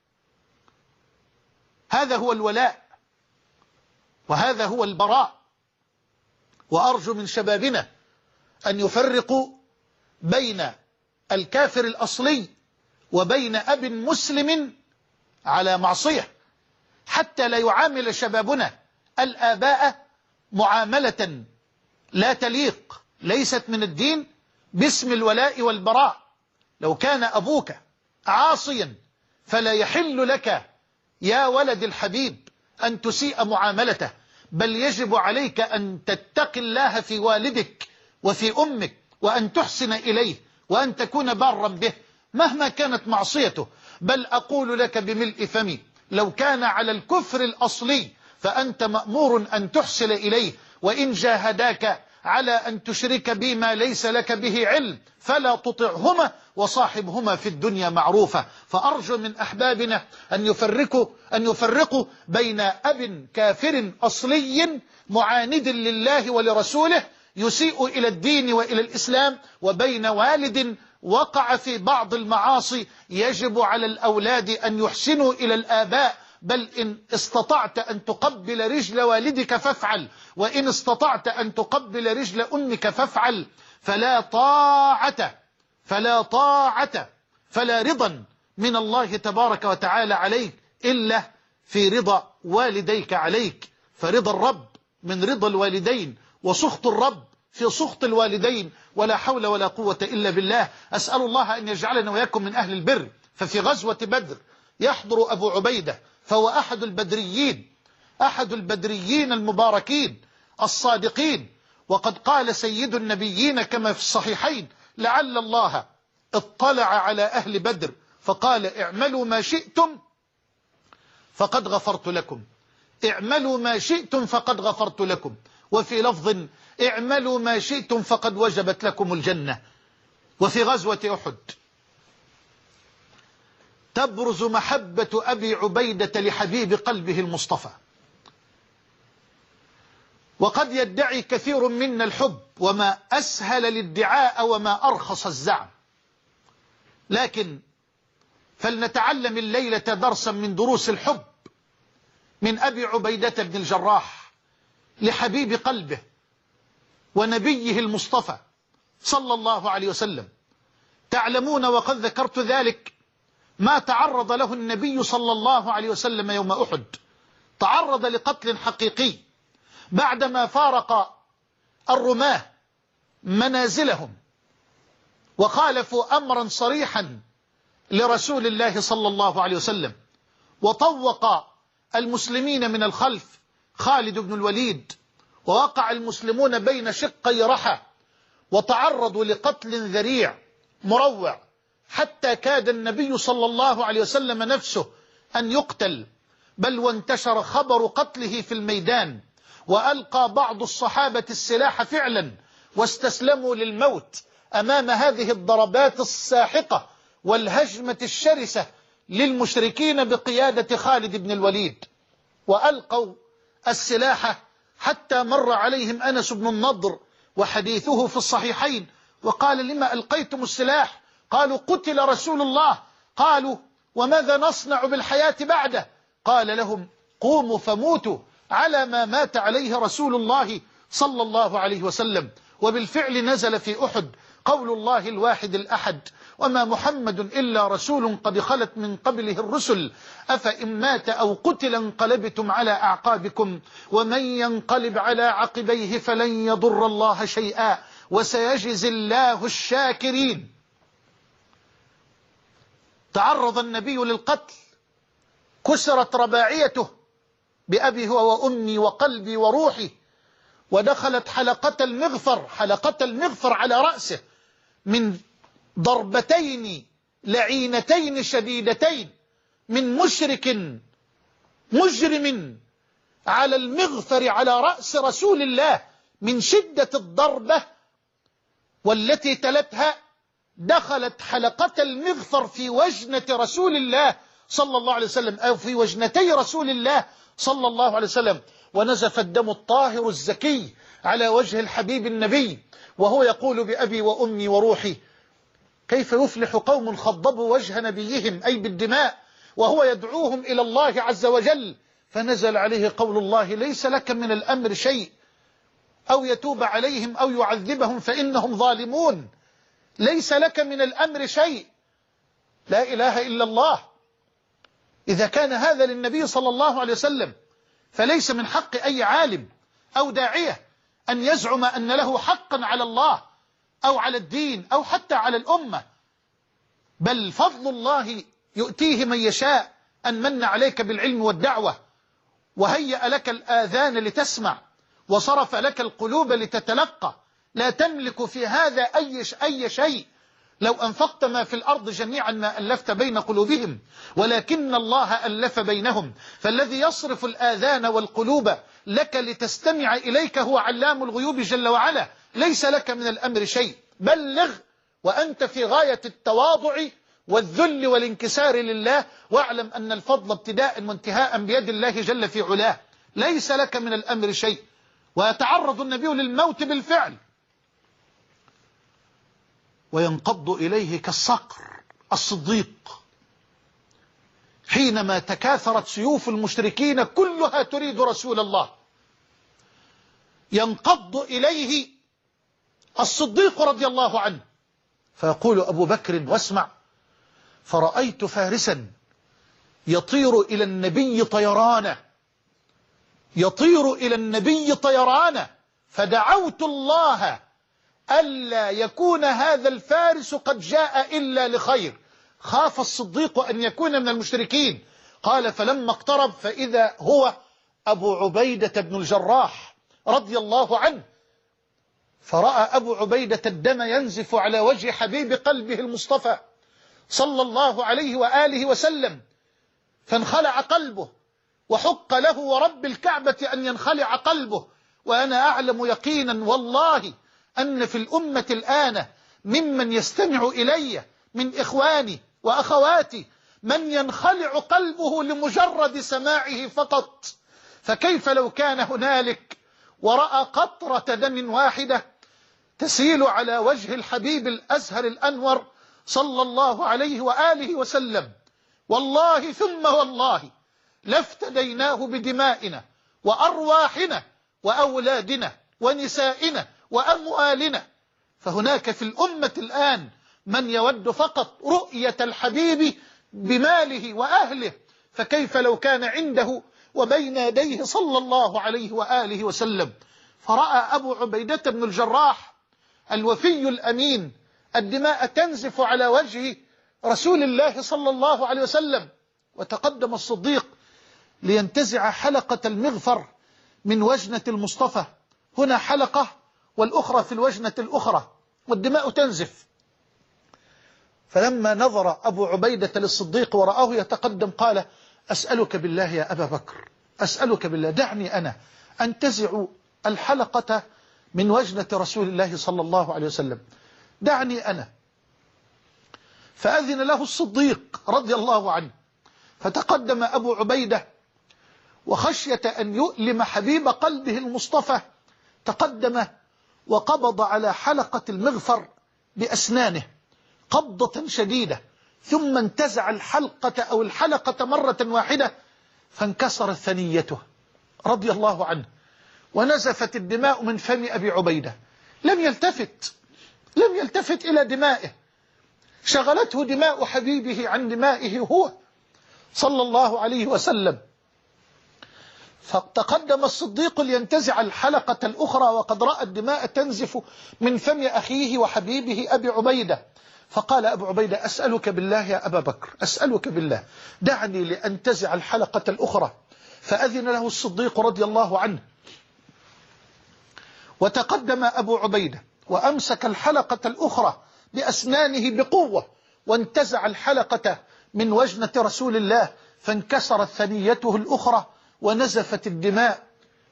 هذا هو الولاء وهذا هو البراء. وأرجو من شبابنا أن يفرقوا بين الكافر الأصلي وبين أب مسلم على معصية، حتى لا يعامل شبابنا الآباء معاملة لا تليق، ليست من الدين، باسم الولاء والبراء. لو كان أبوك عاصيا فلا يحل لك يا ولد الحبيب أن تسيء معاملته، بل يجب عليك أن تتقي الله في والدك وفي أمك وأن تحسن إليه وأن تكون بارا به مهما كانت معصيته. بل أقول لك بملء فمي لو كان على الكفر الأصلي فأنت مأمور أن تحسن إليه، وإن جاهداك على أن تشرك بما ليس لك به علم فلا تطعهما وصاحبهما في الدنيا معروفة. فأرجو من أحبابنا أن يفرقوا بين أب كافر أصلي معاند لله ولرسوله يسيء إلى الدين وإلى الإسلام، وبين والد وقع في بعض المعاصي. يجب على الأولاد أن يحسنوا إلى الآباء، بل إن استطعت أن تقبل رجل والدك فافعل، وإن استطعت أن تقبل رجل أمك فافعل. فلا رضا من الله تبارك وتعالى عليك إلا في رضا والديك عليك. فرضا الرب من رضا الوالدين، وسخط الرب في سخط الوالدين، ولا حول ولا قوة إلا بالله. أسأل الله أن يجعلنا وياكم من أهل البر. ففي غزوة بدر يحضر أبو عبيدة، فهو أحد البدريين المباركين الصادقين. وقد قال سيد النبيين كما في الصحيحين: لعل الله اطلع على أهل بدر فقال اعملوا ما شئتم فقد غفرت لكم، اعملوا ما شئتم فقد غفرت لكم. وفي لفظ اعملوا ما شئتم فقد وجبت لكم الجنة. وفي غزوة أحد تبرز محبة أبي عبيدة لحبيب قلبه المصطفى. وقد يدعي كثير منا الحب، وما أسهل الادعاء وما أرخص الزعم، لكن فلنتعلم الليلة درسا من دروس الحب من أبي عبيدة بن الجراح لحبيب قلبه ونبيه المصطفى صلى الله عليه وسلم. تعلمون وقد ذكرت ذلك ما تعرض له النبي صلى الله عليه وسلم يوم أحد. تعرض لقتل حقيقي بعدما فارق الرماة منازلهم وخالفوا أمرا صريحا لرسول الله صلى الله عليه وسلم، وطوق المسلمين من الخلف خالد بن الوليد، ووقع المسلمون بين شقي رحى، وتعرضوا لقتل ذريع مروع، حتى كاد النبي صلى الله عليه وسلم نفسه أن يقتل، بل وانتشر خبر قتله في الميدان، وألقى بعض الصحابة السلاح فعلا واستسلموا للموت أمام هذه الضربات الساحقة والهجمة الشرسة للمشركين بقيادة خالد بن الوليد. وألقوا السلاح حتى مر عليهم أنس بن النضر وحديثه في الصحيحين، وقال: لما ألقيتم السلاح؟ قالوا: قتل رسول الله. قالوا: وماذا نصنع بالحياة بعده؟ قال لهم: قوموا فموتوا على ما مات عليه رسول الله صلى الله عليه وسلم. وبالفعل نزل في أحد قول الله الواحد الأحد: وما محمد إلا رسول قد خلت من قبله الرسل أفإن مات أو قتل انقلبتم على أعقابكم ومن ينقلب على عقبيه فلن يضر الله شيئا وسيجزي الله الشاكرين. تعرض النبي للقتل، كسرت رباعيته بأبي هو وأمي وقلبي وروحي، ودخلت حلقة المغفر على رأسه من ضربتين لعينتين شديدتين من مشرك مجرم على المغفر على رأس رسول الله. من شدة الضربة والتي تلتها دخلت حلقة المغفر في وجنة رسول الله صلى الله عليه وسلم، أو في وجنتي رسول الله صلى الله عليه وسلم، ونزف الدم الطاهر الزكي على وجه الحبيب النبي، وهو يقول: بأبي وأمي وروحي كيف يفلح قوم خضبوا وجه نبيهم، أي بالدماء، وهو يدعوهم إلى الله عز وجل. فنزل عليه قول الله: ليس لك من الأمر شيء، أو يتوب عليهم أو يعذبهم فإنهم ظالمون. ليس لك من الأمر شيء. لا إله إلا الله. إذا كان هذا للنبي صلى الله عليه وسلم فليس من حق أي عالم أو داعية أن يزعم أن له حقا على الله أو على الدين أو حتى على الأمة، بل فضل الله يؤتيه من يشاء. أن من عليك بالعلم والدعوة، وهيأ لك الآذان لتسمع، وصرف لك القلوب لتتلقى. لا تملك في هذا أي شيء. لو أنفقت ما في الأرض جميعا ما ألفت بين قلوبهم، ولكن الله ألف بينهم. فالذي يصرف الآذان والقلوب لك لتستمع إليك هو علام الغيوب جل وعلا. ليس لك من الأمر شيء. بلغ وأنت في غاية التواضع والذل والانكسار لله، واعلم أن الفضل ابتداء وانتهاء بيد الله جل في علاه. ليس لك من الأمر شيء. ويتعرض النبي للموت بالفعل وينقض إليه كالصقر الصديق حينما تكاثرت سيوف المشركين كلها تريد رسول الله. ينقض إليه الصديق رضي الله عنه فيقول أبو بكر واسمع: فرأيت فارسا يطير إلى النبي طيرانا، يطير إلى النبي طيرانا، فدعوت الله ألا يكون هذا الفارس قد جاء إلا لخير. خاف الصديق أن يكون من المشركين. قال: فلما اقترب فإذا هو أبو عبيدة بن الجراح رضي الله عنه، فرأى أبو عبيدة الدم ينزف على وجه حبيب قلبه المصطفى صلى الله عليه وآله وسلم، فانخلع قلبه، وحق له ورب الكعبة أن ينخلع قلبه. وأنا أعلم يقينا والله أن في الأمة الآن ممن يستمع إلي من إخواني وأخواتي من ينخلع قلبه لمجرد سماعه فقط. فكيف لو كان هنالك ورأى قطرة دم واحدة تسيل على وجه الحبيب الأزهر الأنور صلى الله عليه وآله وسلم؟ والله ثم والله لافتديناه بدمائنا وأرواحنا وأولادنا ونسائنا وأموالنا. فهناك في الأمة الآن من يود فقط رؤية الحبيب بماله وأهله، فكيف لو كان عنده وبين يديه صلى الله عليه وآله وسلم؟ فرأى أبو عبيدة بن الجراح الوفي الأمين الدماء تنزف على وجه رسول الله صلى الله عليه وسلم، وتقدم الصديق لينتزع حلقة المغفر من وجنة المصطفى. هنا حلقة والأخرى في الوجنة الأخرى والدماء تنزف. فلما نظر أبو عبيدة للصديق ورآه يتقدم قال: أسألك بالله يا أبا بكر، أسألك بالله دعني أنا أنتزع الحلقة من وجنة رسول الله صلى الله عليه وسلم، دعني أنا. فأذن له الصديق رضي الله عنه، فتقدم أبو عبيدة وخشية أن يؤلم حبيب قلبه المصطفى تقدم وقبض على حلقة المغفر بأسنانه قبضة شديدة، ثم انتزع الحلقة مرة واحدة فانكسرت ثنيته رضي الله عنه، ونزفت الدماء من فم أبي عبيدة. لم يلتفت إلى دمائه، شغلته دماء حبيبه عن دمائه هو صلى الله عليه وسلم. فتقدم الصديق لينتزع الحلقة الأخرى وقد رأى الدماء تنزف من فم أخيه وحبيبه أبي عبيدة. فقال أبو عبيدة: أسألك بالله يا أبا بكر، أسألك بالله دعني لأنتزع الحلقة الأخرى. فأذن له الصديق رضي الله عنه، وتقدم أبو عبيدة وأمسك الحلقة الأخرى بأسنانه بقوة، وانتزع الحلقة من وجنة رسول الله فانكسرت ثنيته الأخرى ونزفت الدماء،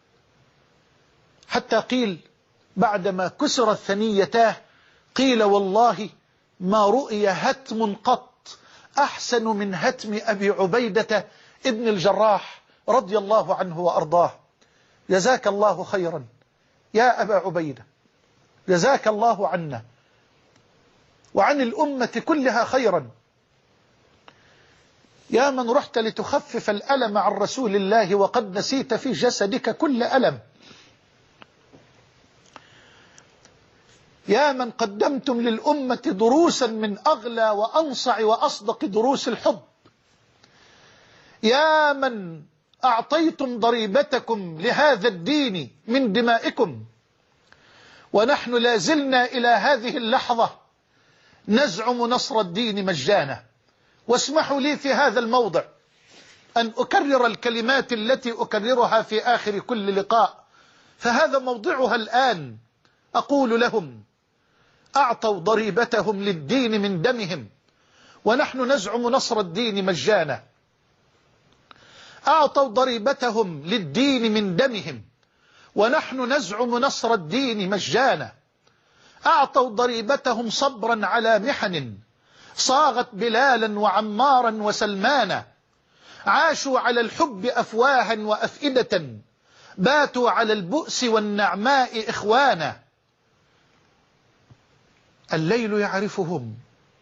حتى قيل بعدما كسرت ثنيتاه قيل: والله ما رؤي هتم قط أحسن من هتم أبي عبيدة ابن الجراح رضي الله عنه وأرضاه. جزاك الله خيرا يا أبا عبيدة، جزاك الله عنا وعن الأمة كلها خيرا، يا من رحت لتخفف الألم عن رسول الله وقد نسيت في جسدك كل ألم، يا من قدمتم للأمة دروسا من أغلى وأنصع وأصدق دروس الحب، يا من أعطيتم ضريبتكم لهذا الدين من دمائكم، ونحن لازلنا إلى هذه اللحظة نزعم نصر الدين مجانا. واسمحوا لي في هذا الموضع أن أكرر الكلمات التي أكررها في آخر كل لقاء، فهذا موضعها الآن. أقول لهم: أعطوا ضريبتهم للدين من دمهم ونحن نزعم نصر الدين مجانا. أعطوا ضريبتهم للدين من دمهم ونحن نزعم نصر الدين مجانا. أعطوا ضريبتهم صبرا على محن صاغت بلالا وعمارا وسلمانا. عاشوا على الحب أفواها وأفئدة باتوا على البؤس والنعماء إخوانا. الليل يعرفهم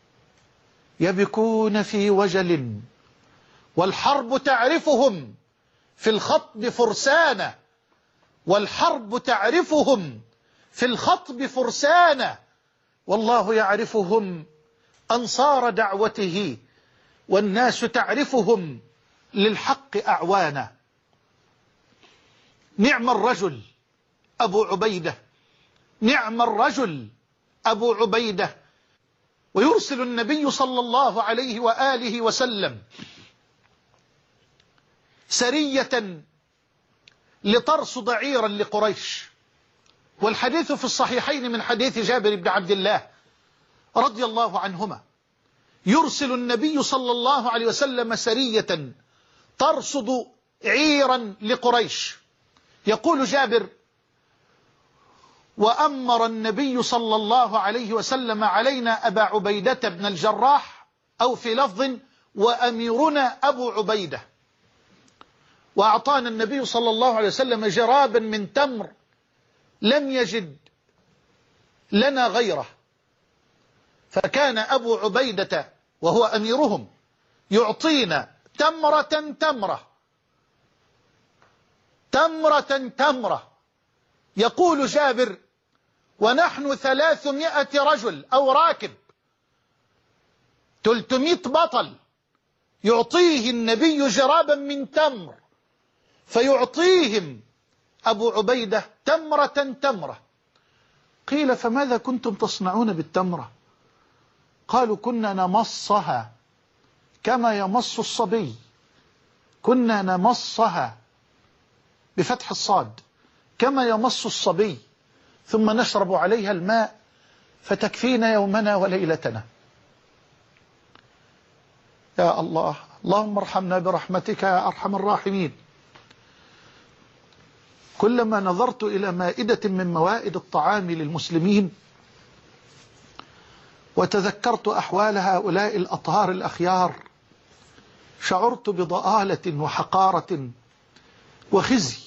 يبكون في وجل والحرب تعرفهم في الخطب فرسانا. والحرب تعرفهم في الخطب فرسانا. والله يعرفهم أنصار دعوته والناس تعرفهم للحق أعوانا. نعم الرجل أبو عبيدة، نعم الرجل أبو عبيدة. ويرسل النبي صلى الله عليه وآله وسلم سرية لترصد عيرا لقريش، والحديث في الصحيحين من حديث جابر بن عبد الله رضي الله عنهما. يرسل النبي صلى الله عليه وسلم سرية ترصد عيرا لقريش. يقول جابر: وأمر النبي صلى الله عليه وسلم علينا أبا عبيدة بن الجراح، أو في لفظ وأميرنا أبو عبيدة. وأعطانا النبي صلى الله عليه وسلم جرابا من تمر لم يجد لنا غيره، فكان أبو عبيدة وهو أميرهم يعطينا تمرة تمرة تمرة تمرة. يقول جابر: ونحن 300 رجل أو راكب 300 بطل، يعطيه النبي جرابا من تمر فيعطيهم أبو عبيدة تمرة تمرة. قيل: فماذا كنتم تصنعون بالتمرة؟ قالوا: كنا نمصها كما يمص الصبي، كنا نمصها بفتح الصاد كما يمص الصبي، ثم نشرب عليها الماء فتكفينا يومنا وليلتنا. يا الله، اللهم ارحمنا برحمتك يا أرحم الراحمين. كلما نظرت إلى مائدة من موائد الطعام للمسلمين وتذكرت أحوال هؤلاء الأطهار الأخيار شعرت بضآلة وحقارة وخزي،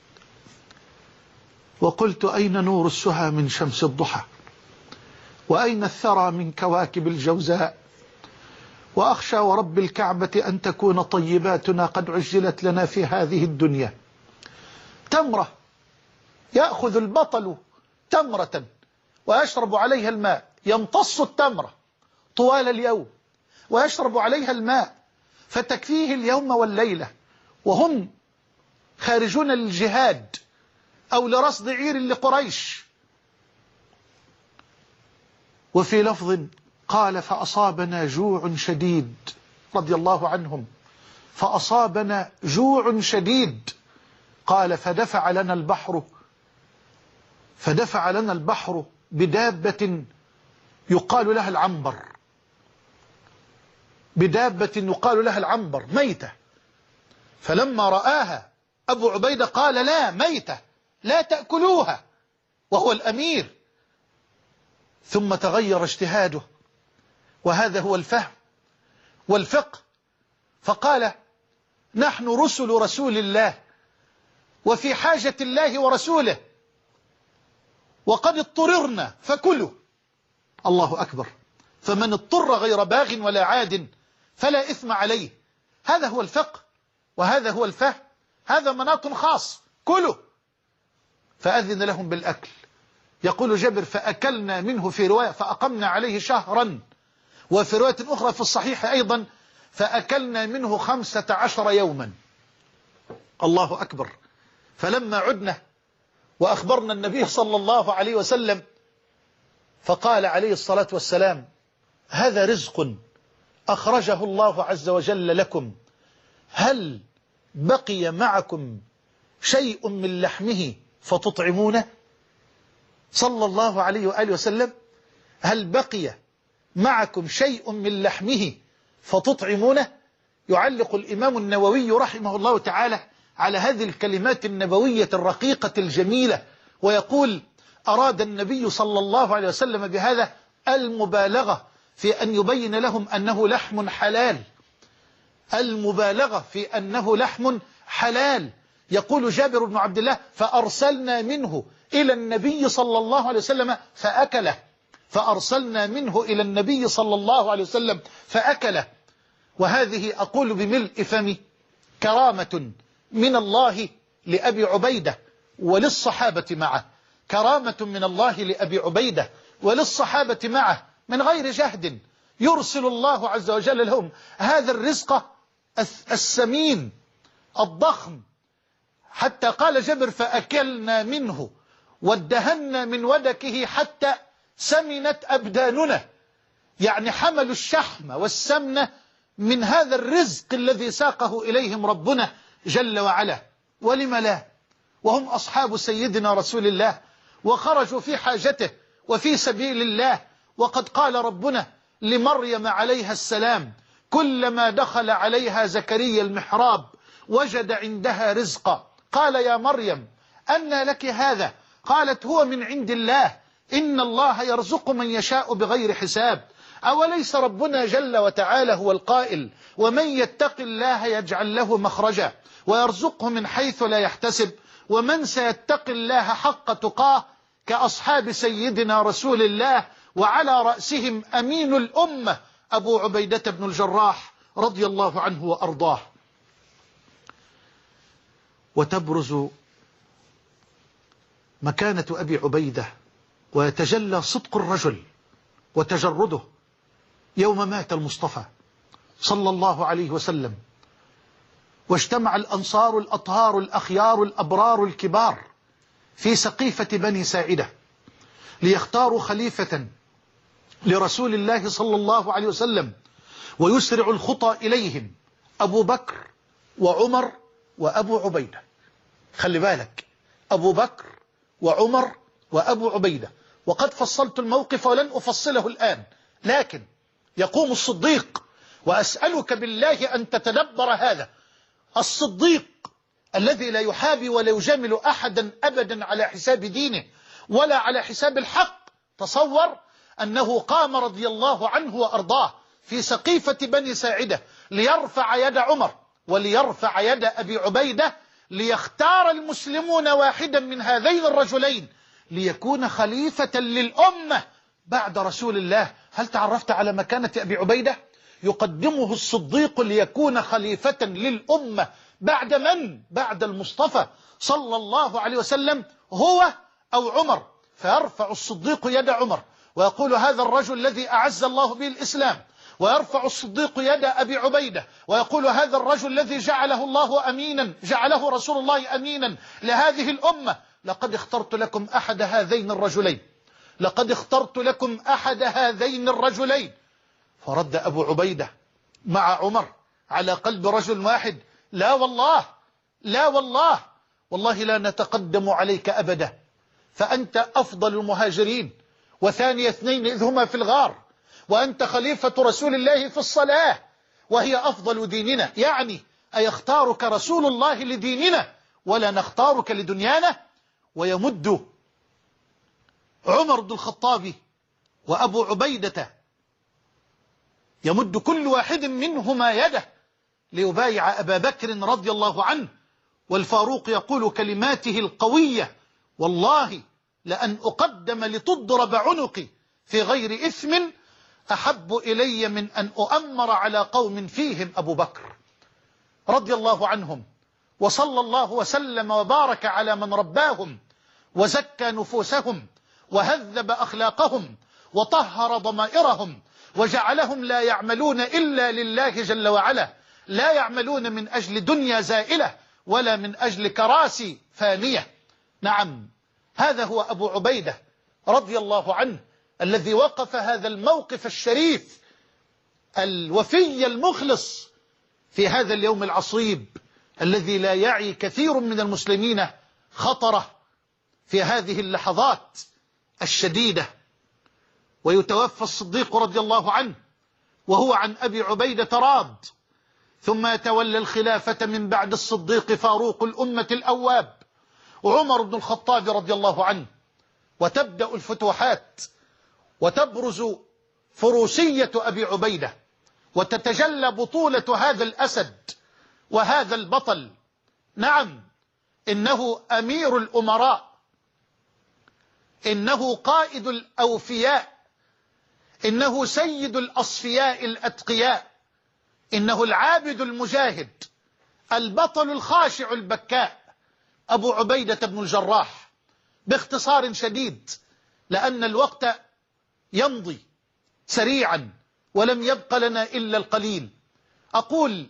وقلت: أين نور السهى من شمس الضحى؟ وأين الثرى من كواكب الجوزاء؟ وأخشى ورب الكعبة أن تكون طيباتنا قد عجلت لنا في هذه الدنيا. تمرة يأخذ البطل تمرة ويشرب عليها الماء، يمتص التمرة طوال اليوم ويشرب عليها الماء فتكفيه اليوم والليلة، وهم خارجون للجهاد أو لرصد عير لقريش. وفي لفظ قال: فأصابنا جوع شديد، رضي الله عنهم، فأصابنا جوع شديد. قال: فدفع لنا البحر بدابة يقال لها العنبر، بدابة يقال لها العنبر ميتة. فلما رآها أبو عبيدة قال: لا، ميتة، لا تأكلوها، وهو الأمير. ثم تغير اجتهاده، وهذا هو الفهم والفقه، فقال: نحن رسل رسول الله وفي حاجة الله ورسوله، وقد اضطررنا فكلوا. الله أكبر. فمن اضطر غير باغ ولا عاد فلا إثم عليه. هذا هو الفقه وهذا هو الفهم، هذا مناط خاص، كلوا. فأذن لهم بالأكل. يقول جابر: فأكلنا منه، في رواية فأقمنا عليه شهرا، وفي رواية أخرى في الصحيح أيضا فأكلنا منه 15 يوما. الله أكبر. فلما عدنا وأخبرنا النبي صلى الله عليه وسلم فقال عليه الصلاة والسلام: هذا رزق أخرجه الله عز وجل لكم، هل بقي معكم شيء من لحمه فتطعمونه؟ صلى الله عليه وآله وسلم: هل بقي معكم شيء من لحمه فتطعمونه؟ يعلق الإمام النووي رحمه الله تعالى على هذه الكلمات النبوية الرقيقة الجميلة ويقول: أراد النبي صلى الله عليه وسلم بهذا المبالغة في أن يبين لهم أنه لحم حلال، المبالغة في أنه لحم حلال. يقول جابر بن عبد الله: فأرسلنا منه إلى النبي صلى الله عليه وسلم فأكله، فأرسلنا منه إلى النبي صلى الله عليه وسلم فأكله. وهذه أقول بملء فمي كرامة من الله لأبي عبيدة وللصحابة معه، كرامة من الله لأبي عبيدة وللصحابة معه من غير جهد. يرسل الله عز وجل لهم هذا الرزق السمين الضخم، حتى قال جابر: فأكلنا منه وادهنا من ودكه حتى سمنت أبداننا. يعني حملوا الشحم والسمن من هذا الرزق الذي ساقه إليهم ربنا جل وعلا. ولم لا، وهم أصحاب سيدنا رسول الله وخرجوا في حاجته وفي سبيل الله. وقد قال ربنا لمريم عليها السلام: كلما دخل عليها زكريا المحراب وجد عندها رزقا قال: يا مريم أنى لك هذا؟ قالت: هو من عند الله، إن الله يرزق من يشاء بغير حساب. أوليس ربنا جل وتعالى هو القائل: ومن يتق الله يجعل له مخرجا ويرزقه من حيث لا يحتسب، ومن سيتق الله حق تقاه كأصحاب سيدنا رسول الله، وعلى رأسهم أمين الأمة أبو عبيدة بن الجراح رضي الله عنه وأرضاه. وتبرز مكانة أبي عبيدة ويتجلى صدق الرجل وتجرده يوم مات المصطفى صلى الله عليه وسلم، واجتمع الأنصار الأطهار الأخيار الأبرار الكبار في سقيفة بني ساعدة ليختاروا خليفة لرسول الله صلى الله عليه وسلم، ويسرع الخطى إليهم أبو بكر وعمر وأبو عبيدة. خلي بالك، أبو بكر وعمر وأبو عبيدة. وقد فصلت الموقف ولن أفصله الآن، لكن يقوم الصديق، وأسألك بالله أن تتدبر هذا الصديق الذي لا يحابي ولا يجامل أحدا أبدا على حساب دينه ولا على حساب الحق. تصور أنه قام رضي الله عنه وأرضاه في سقيفة بني ساعدة ليرفع يد عمر وليرفع يد أبي عبيدة، ليختار المسلمون واحدا من هذين الرجلين ليكون خليفة للأمة بعد رسول الله. هل تعرفت على مكانة أبي عبيدة؟ يقدمه الصديق ليكون خليفة للأمة بعد من؟ بعد المصطفى صلى الله عليه وسلم، هو أو عمر. فيرفع الصديق يد عمر ويقول: هذا الرجل الذي أعز الله به الإسلام. ويرفع الصديق يد أبي عبيدة ويقول: هذا الرجل الذي جعله الله أمينا، جعله رسول الله أمينا لهذه الأمة. لقد اخترت لكم أحد هذين الرجلين، لقد اخترت لكم أحد هذين الرجلين. فرد أبو عبيدة مع عمر على قلب رجل واحد: لا والله، لا والله، والله لا نتقدم عليك أبدا، فأنت أفضل المهاجرين وثاني اثنين إذ هما في الغار، وأنت خليفة رسول الله في الصلاة وهي أفضل ديننا. يعني أيختارك رسول الله لديننا ولا نختارك لدنيانا؟ ويمد عمر بن الخطاب وأبو عبيدة، يمد كل واحد منهما يده ليبايع أبا بكر رضي الله عنه. والفاروق يقول كلماته القوية: والله لأن أقدم لتضرب عنقي في غير إثم أحب إلي من أن أؤمر على قوم فيهم أبو بكر رضي الله عنهم. وصلى الله وسلم وبارك على من رباهم وزكى نفوسهم وهذب أخلاقهم وطهر ضمائرهم، وجعلهم لا يعملون إلا لله جل وعلا، لا يعملون من أجل دنيا زائلة ولا من أجل كراسي فانية. نعم، هذا هو أبو عبيدة رضي الله عنه الذي وقف هذا الموقف الشريف الوفي المخلص في هذا اليوم العصيب الذي لا يعي كثير من المسلمين خطره في هذه اللحظات الشديدة، ويتوفى الصديق رضي الله عنه وهو عن أبي عبيدة راض، ثم يتولى الخلافة من بعد الصديق فاروق الأمة الأواب وعمر بن الخطاب رضي الله عنه، وتبدأ الفتوحات وتبرز فروسية أبي عبيدة، وتتجلى بطولة هذا الأسد وهذا البطل. نعم، إنه أمير الأمراء، إنه قائد الأوفياء، إنه سيد الأصفياء الأتقياء، إنه العابد المجاهد، البطل الخاشع البكاء، أبو عبيدة بن الجراح. باختصار شديد لأن الوقت يمضي سريعا ولم يبق لنا إلا القليل. أقول: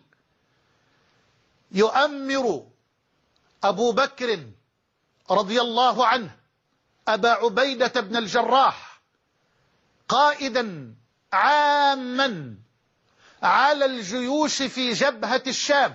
يؤمر أبو بكر رضي الله عنه أبا عبيدة بن الجراح قائدا عاما على الجيوش في جبهة الشام،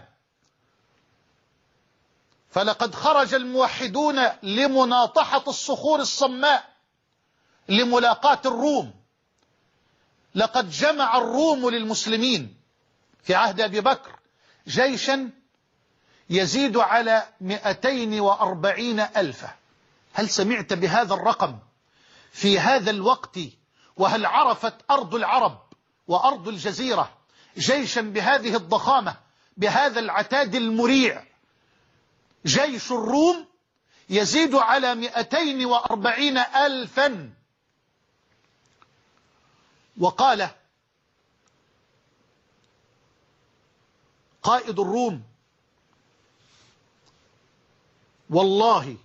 فلقد خرج الموحدون لمناطحة الصخور الصماء لملاقاة الروم. لقد جمع الروم للمسلمين في عهد أبي بكر جيشا يزيد على 240 ألفا. هل سمعت بهذا الرقم في هذا الوقت؟ وهل عرفت أرض العرب وأرض الجزيرة جيشا بهذه الضخامة بهذا العتاد المريع؟ جيش الروم يزيد على 240 ألفا. وقال قائد الروم: والله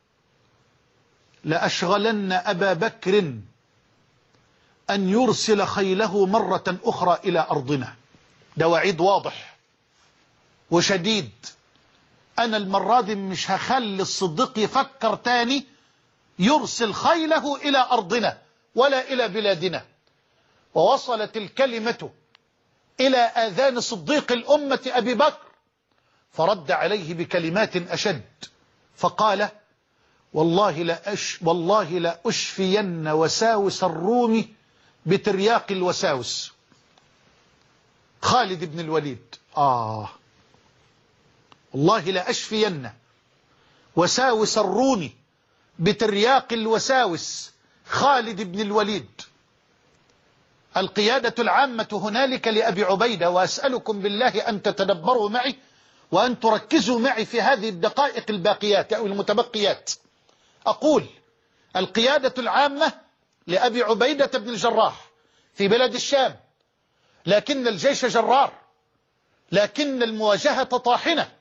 لأشغلن أبا بكر أن يرسل خيله مرة أخرى إلى أرضنا. ده وعيد واضح وشديد. أنا المرة دي مش هخلي الصديق يفكر تاني يرسل خيله إلى أرضنا ولا إلى بلادنا. ووصلت الكلمة إلى آذان صديق الأمة أبي بكر، فرد عليه بكلمات أشد، فقال: والله لأشفين وساوس الروم بترياق الوساوس. خالد بن الوليد. والله لأشفين وساوس الروم بترياق الوساوس. خالد بن الوليد. القيادة العامة هنالك لأبي عبيدة، وأسألكم بالله أن تتدبروا معي وأن تركزوا معي في هذه الدقائق الباقيات أو المتبقيات. أقول: القيادة العامة لأبي عبيدة بن الجراح في بلاد الشام، لكن الجيش جرار، لكن المواجهة طاحنة.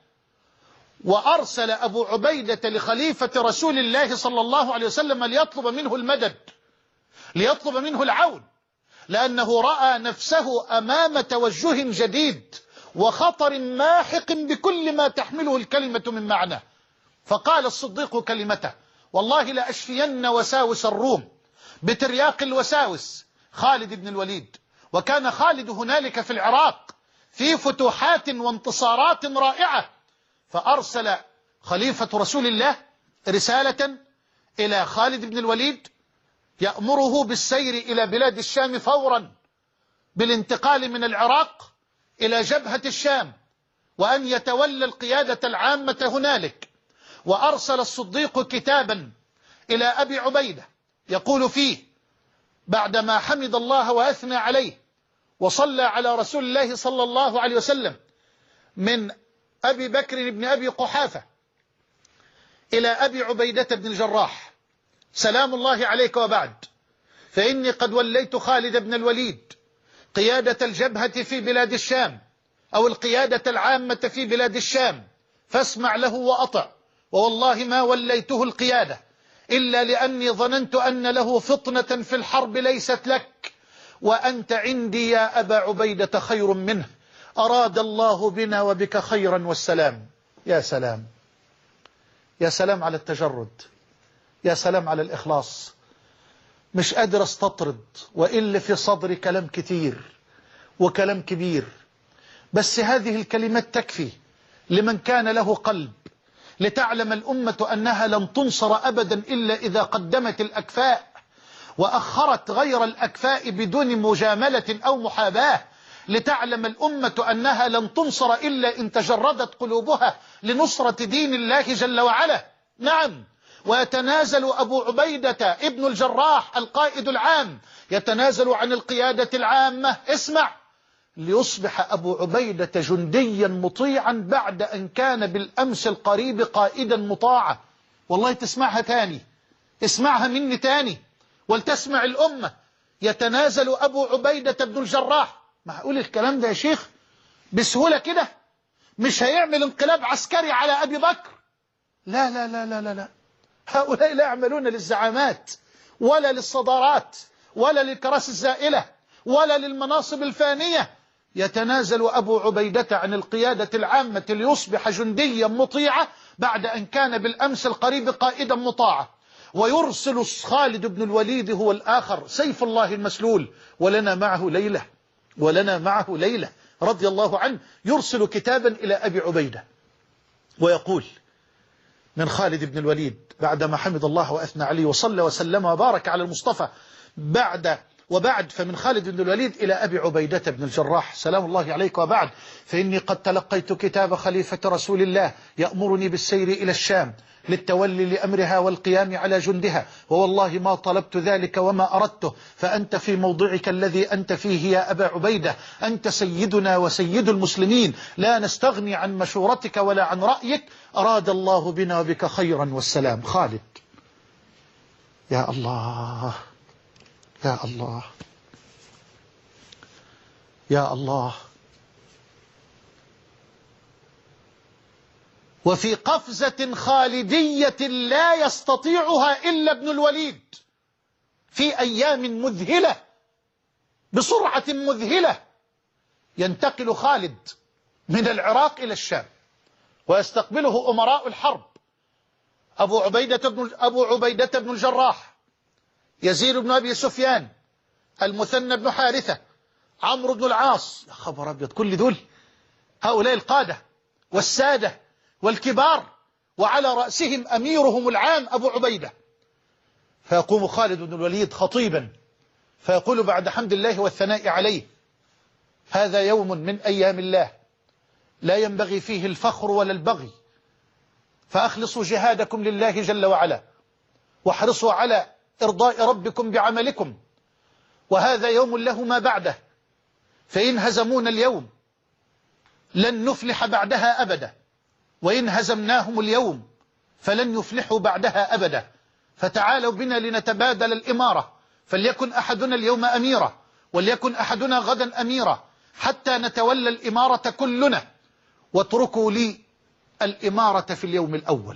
وأرسل أبو عبيدة لخليفة رسول الله صلى الله عليه وسلم ليطلب منه المدد، ليطلب منه العون، لأنه رأى نفسه أمام توجه جديد وخطر ماحق بكل ما تحمله الكلمة من معنى. فقال الصديق كلمته: والله لأشفين وساوس الروم بترياق الوساوس. خالد بن الوليد. وكان خالد هنالك في العراق في فتوحات وانتصارات رائعة، فأرسل خليفة رسول الله رسالة إلى خالد بن الوليد يأمره بالسير إلى بلاد الشام فورا، بالانتقال من العراق إلى جبهة الشام، وأن يتولى القيادة العامة هنالك. وأرسل الصديق كتابا إلى أبي عبيدة يقول فيه بعدما حمد الله وأثنى عليه وصلى على رسول الله صلى الله عليه وسلم من أبي بكر بن أبي قحافة إلى أبي عبيدة بن الجراح: سلام الله عليك، وبعد، فإني قد وليت خالد بن الوليد قيادة الجبهة في بلاد الشام، أو القيادة العامة في بلاد الشام، فاسمع له وأطع. ووالله ما وليته القيادة إلا لأني ظننت أن له فطنة في الحرب ليست لك، وأنت عندي يا أبا عبيدة خير منه. أراد الله بنا وبك خيرا والسلام. يا سلام، يا سلام على التجرد، يا سلام على الإخلاص. مش قادر استطرد وإلا في صدري كلام كتير وكلام كبير، بس هذه الكلمات تكفي لمن كان له قلب، لتعلم الأمة أنها لن تنصر أبدا إلا إذا قدمت الأكفاء وأخرت غير الأكفاء بدون مجاملة أو محاباة، لتعلم الأمة أنها لن تنصر إلا إن تجردت قلوبها لنصرة دين الله جل وعلا. نعم، ويتنازل أبو عبيدة ابن الجراح القائد العام، يتنازل عن القيادة العامة، اسمع، ليصبح أبو عبيدة جنديا مطيعا بعد أن كان بالأمس القريب قائدا مطاعا. والله تسمعها تاني، اسمعها مني تاني ولتسمع الأمة. يتنازل أبو عبيدة بن الجراح. معقول الكلام ده يا شيخ بسهولة كده؟ مش هيعمل انقلاب عسكري على أبي بكر، لا لا لا لا لا لا. هؤلاء لا يعملون للزعامات ولا للصدارات ولا للكراسي الزائلة ولا للمناصب الفانية. يتنازل أبو عبيدة عن القيادة العامة ليصبح جنديا مطيعا بعد أن كان بالأمس القريب قائدا مطاعا. ويرسل خالد بن الوليد هو الآخر سيف الله المسلول، ولنا معه ليلة رضي الله عنه، يرسل كتابا إلى أبي عبيدة ويقول من خالد بن الوليد بعدما حمد الله وأثنى عليه وصلى وسلم وبارك على المصطفى وبعد فمن خالد بن الوليد إلى أبي عبيدة بن الجراح سلام الله عليك، وبعد فإني قد تلقيت كتاب خليفة رسول الله يأمرني بالسير إلى الشام للتولي لأمرها والقيام على جندها، ووالله ما طلبت ذلك وما أردته، فأنت في موضعك الذي أنت فيه يا أبا عبيدة، أنت سيدنا وسيد المسلمين، لا نستغني عن مشورتك ولا عن رأيك، أراد الله بنا وبك خيرا والسلام. خالد، يا الله يا الله يا الله. وفي قفزة خالدية لا يستطيعها إلا ابن الوليد في أيام مذهلة بسرعة مذهلة، ينتقل خالد من العراق إلى الشام ويستقبله أمراء الحرب، أبو عبيدة بن الجراح، يزيد بن أبي سفيان، المثنى بن حارثة، عمرو بن العاص. يا خبر أبيض، كل دول هؤلاء القادة والسادة والكبار، وعلى رأسهم أميرهم العام أبو عبيدة. فيقوم خالد بن الوليد خطيبا فيقول بعد حمد الله والثناء عليه: هذا يوم من أيام الله لا ينبغي فيه الفخر ولا البغي، فأخلصوا جهادكم لله جل وعلا، واحرصوا على إرضاء ربكم بعملكم، وهذا يوم له ما بعده، فإن هزمونا اليوم لن نفلح بعدها أبدا، وإن هزمناهم اليوم فلن يفلحوا بعدها أبدا، فتعالوا بنا لنتبادل الإمارة، فليكن أحدنا اليوم أميرا وليكن أحدنا غدا أميرا، حتى نتولى الإمارة كلنا، واتركوا لي الإمارة في اليوم الأول.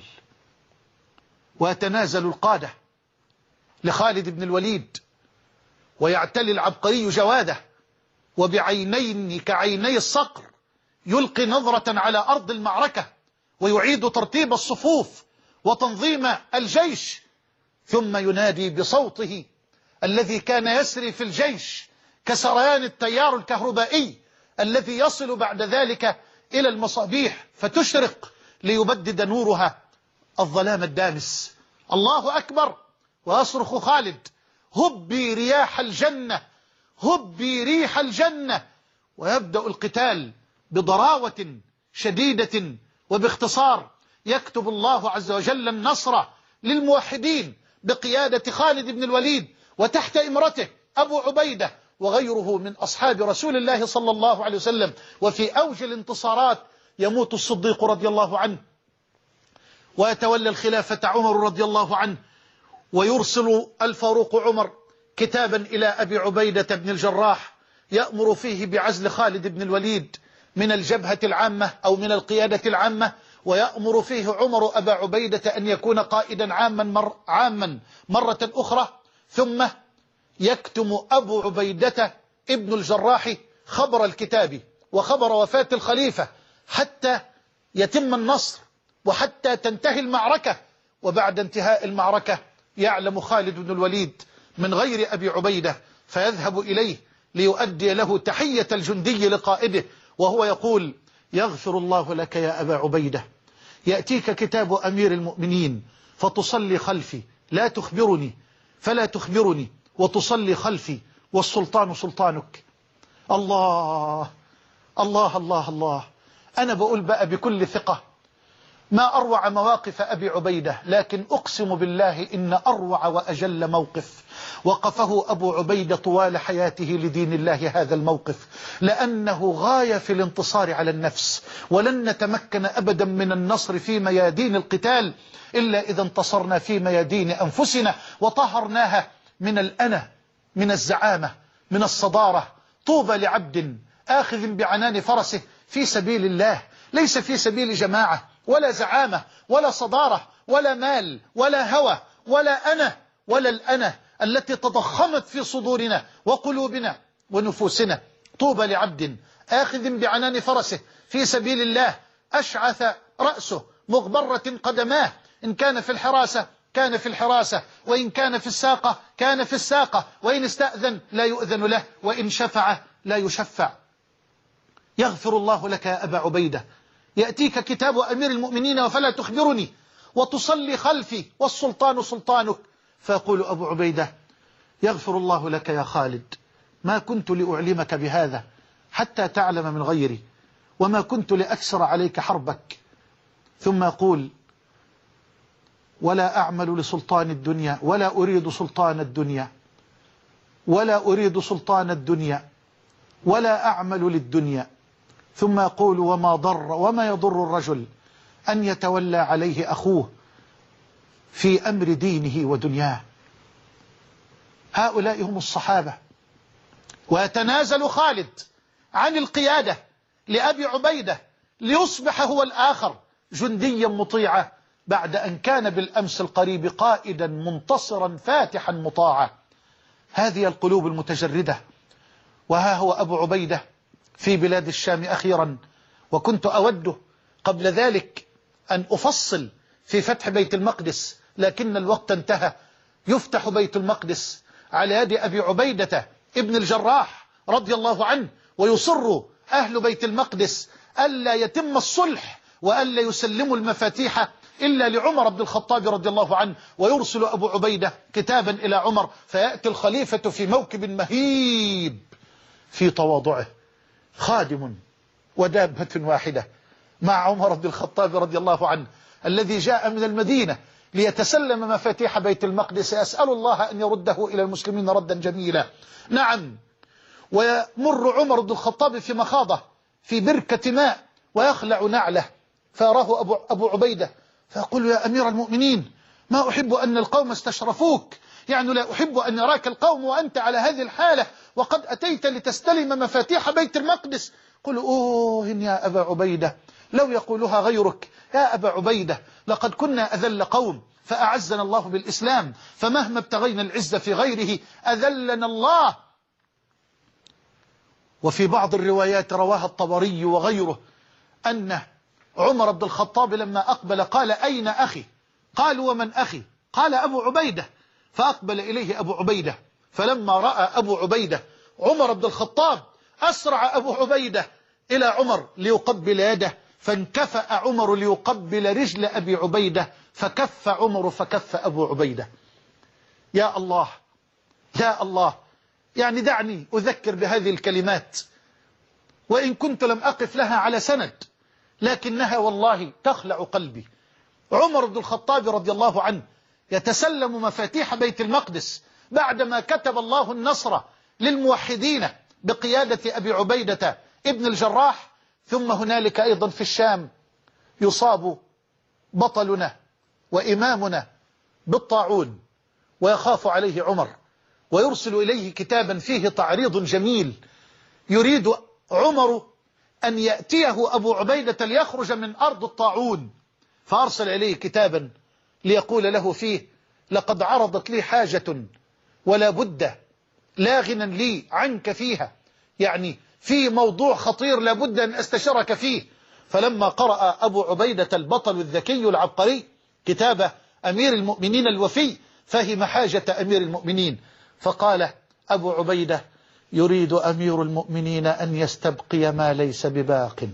ويتنازل القادة لخالد بن الوليد، ويعتلي العبقري جواده، وبعينين كعيني الصقر يلقي نظرة على أرض المعركة، ويعيد ترتيب الصفوف وتنظيم الجيش، ثم ينادي بصوته الذي كان يسري في الجيش كسريان التيار الكهربائي الذي يصل بعد ذلك إلى المصابيح فتشرق ليبدد نورها الظلام الدامس: الله أكبر. ويصرخ خالد: هبي رياح الجنة، هبي ريح الجنة. ويبدأ القتال بضراوة شديدة وباختصار. يكتب الله عز وجل النصر للموحدين بقيادة خالد بن الوليد، وتحت إمرته أبو عبيدة وغيره من أصحاب رسول الله صلى الله عليه وسلم. وفي أوج الانتصارات يموت الصديق رضي الله عنه، ويتولى الخلافة عمر رضي الله عنه، ويرسل الفاروق عمر كتابا إلى أبي عبيدة بن الجراح يأمر فيه بعزل خالد بن الوليد من الجبهة العامة أو من القيادة العامة، ويأمر فيه عمر أبا عبيدة أن يكون قائدا عاما مرة أخرى. ثم يكتم أبو عبيدة ابن الجراح خبر الكتاب وخبر وفاة الخليفة حتى يتم النصر وحتى تنتهي المعركة. وبعد انتهاء المعركة يعلم خالد بن الوليد من غير أبي عبيدة، فيذهب إليه ليؤدي له تحية الجندي لقائده، وهو يقول: يغفر الله لك يا أبا عبيدة، يأتيك كتاب أمير المؤمنين فتصلي خلفي، فلا تخبرني وتصلي خلفي والسلطان سلطانك. الله الله الله الله. أنا بقول بقى بكل ثقة ما أروع مواقف أبي عبيدة، لكن أقسم بالله إن أروع وأجل موقف وقفه أبو عبيدة طوال حياته لدين الله هذا الموقف، لأنه غاية في الانتصار على النفس. ولن نتمكن أبدا من النصر في ميادين القتال إلا إذا انتصرنا في ميادين أنفسنا وطهرناها من الأنا، من الزعامة، من الصدارة. طوبى لعبد آخذ بعنان فرسه في سبيل الله، ليس في سبيل جماعة ولا زعامة ولا صدارة ولا مال ولا هوى ولا أنا ولا الأنا التي تضخمت في صدورنا وقلوبنا ونفوسنا. طوبى لعبد آخذ بعنان فرسه في سبيل الله، أشعث رأسه مغبرة قدماه، إن كان في الحراسة كان في الحراسة، وإن كان في الساقة كان في الساقة، وإن استأذن لا يؤذن له، وإن شفع لا يشفع. يغفر الله لك يا أبا عبيدة، يأتيك كتاب أمير المؤمنين وفلا تخبرني، وتصلي خلفي والسلطان سلطانك. فيقول أبو عبيدة يغفر الله لك يا خالد، ما كنت لأعلمك بهذا حتى تعلم من غيري، وما كنت لأكسر عليك حربك. ثم يقول ولا أعمل لسلطان الدنيا ولا أريد سلطان الدنيا، ولا أريد سلطان الدنيا ولا أعمل للدنيا. ثم يقول وما يضر الرجل أن يتولى عليه أخوه في أمر دينه ودنياه. هؤلاء هم الصحابة. ويتنازل خالد عن القيادة لأبي عبيدة ليصبح هو الآخر جنديا مطيعا، بعد أن كان بالأمس القريب قائدا منتصرا فاتحا مطاعا. هذه القلوب المتجردة. وها هو أبو عبيدة في بلاد الشام أخيرا. وكنت أود قبل ذلك أن أفصل في فتح بيت المقدس، لكن الوقت انتهى. يفتح بيت المقدس على يد أبي عبيدة ابن الجراح رضي الله عنه، ويصر أهل بيت المقدس ألا يتم الصلح وألا يسلموا المفاتيح إلا لعمر بن الخطاب رضي الله عنه. ويرسل أبو عبيدة كتابا إلى عمر، فيأتي الخليفة في موكب مهيب في تواضعه، خادم ودابة واحدة مع عمر بن الخطاب رضي الله عنه الذي جاء من المدينة ليتسلم مفاتيح بيت المقدس، يسأل الله أن يرده إلى المسلمين ردا جميلا. نعم. ويمر عمر بن الخطاب في مخاضة في بركة ماء ويخلع نعله، فيراه أبو عبيدة فيقول يا أمير المؤمنين ما أحب أن القوم استشرفوك، يعني لا أحب أن يراك القوم وأنت على هذه الحالة وقد أتيت لتستلم مفاتيح بيت المقدس. قل أوه يا أبا عبيدة لو يقولها غيرك يا أبا عبيدة، لقد كنا أذل قوم فأعزنا الله بالإسلام، فمهما ابتغينا العزة في غيره أذلنا الله. وفي بعض الروايات رواها الطبري وغيره أن عمر بن الخطاب لما أقبل قال أين أخي؟ قالوا ومن أخي؟ قال أبو عبيدة. فأقبل إليه أبو عبيدة، فلما رأى أبو عبيدة عمر بن الخطاب أسرع أبو عبيدة إلى عمر ليقبل يده، فانكفأ عمر ليقبل رجل أبي عبيدة، فكف عمر فكف أبو عبيدة. يا الله يا الله. يعني دعني أذكر بهذه الكلمات وإن كنت لم أقف لها على سند، لكنها والله تخلع قلبي. عمر بن الخطاب رضي الله عنه يتسلم مفاتيح بيت المقدس بعدما كتب الله النصر للموحدين بقيادة أبي عبيدة ابن الجراح. ثم هنالك أيضا في الشام يصاب بطلنا وإمامنا بالطاعون ويخاف عليه عمر، ويرسل إليه كتابا فيه تعريض جميل. يريد عمر أن يأتيه أبو عبيدة ليخرج من أرض الطاعون، فأرسل إليه كتابا ليقول له فيه لقد عرضت لي حاجة ولا بد لا غنى لي عنك فيها، يعني في موضوع خطير لا بد أن أستشرك فيه. فلما قرأ أبو عبيدة البطل الذكي العبقري كتاب أمير المؤمنين الوفي فهم حاجة أمير المؤمنين، فقال أبو عبيدة يريد أمير المؤمنين أن يستبقي ما ليس بباق.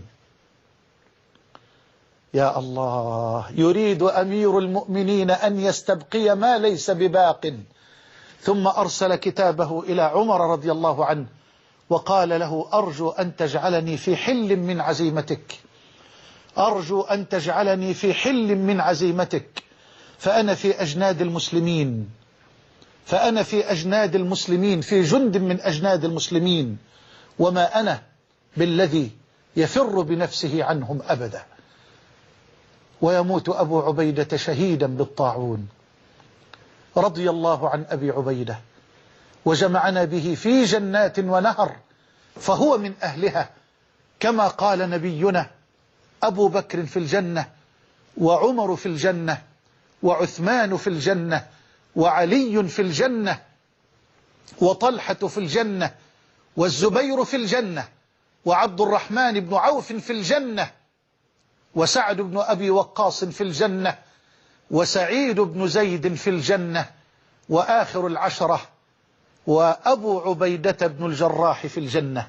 يا الله، يريد أمير المؤمنين أن يستبقي ما ليس بباق، ثم أرسل كتابه إلى عمر رضي الله عنه وقال له: أرجو أن تجعلني في حل من عزيمتك، أرجو أن تجعلني في حل من عزيمتك، فأنا في أجناد المسلمين، فأنا في أجناد المسلمين، في جند من أجناد المسلمين، وما أنا بالذي يفر بنفسه عنهم أبدا. ويموت أبو عبيدة شهيدا بالطاعون. رضي الله عن أبي عبيدة وجمعنا به في جنات ونهر، فهو من أهلها كما قال نبينا: أبو بكر في الجنة، وعمر في الجنة، وعثمان في الجنة، وعلي في الجنة، وطلحة في الجنة، والزبير في الجنة، وعبد الرحمن بن عوف في الجنة، وسعد بن أبي وقاص في الجنة، وسعيد بن زيد في الجنة، وآخر العشرة وأبو عبيدة بن الجراح في الجنة.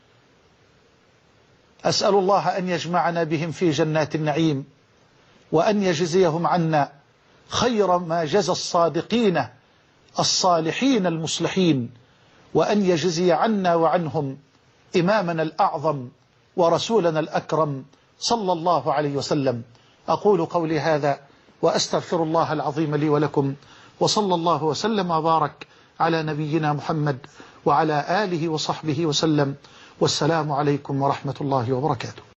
أسأل الله أن يجمعنا بهم في جنات النعيم، وأن يجزيهم عنا خير ما جزى الصادقين الصالحين المصلحين، وأن يجزي عنا وعنهم إمامنا الأعظم ورسولنا الأكرم صلى الله عليه وسلم. أقول قولي هذا وأستغفر الله العظيم لي ولكم، وصلى الله وسلم وبارك على نبينا محمد وعلى آله وصحبه وسلم، والسلام عليكم ورحمة الله وبركاته.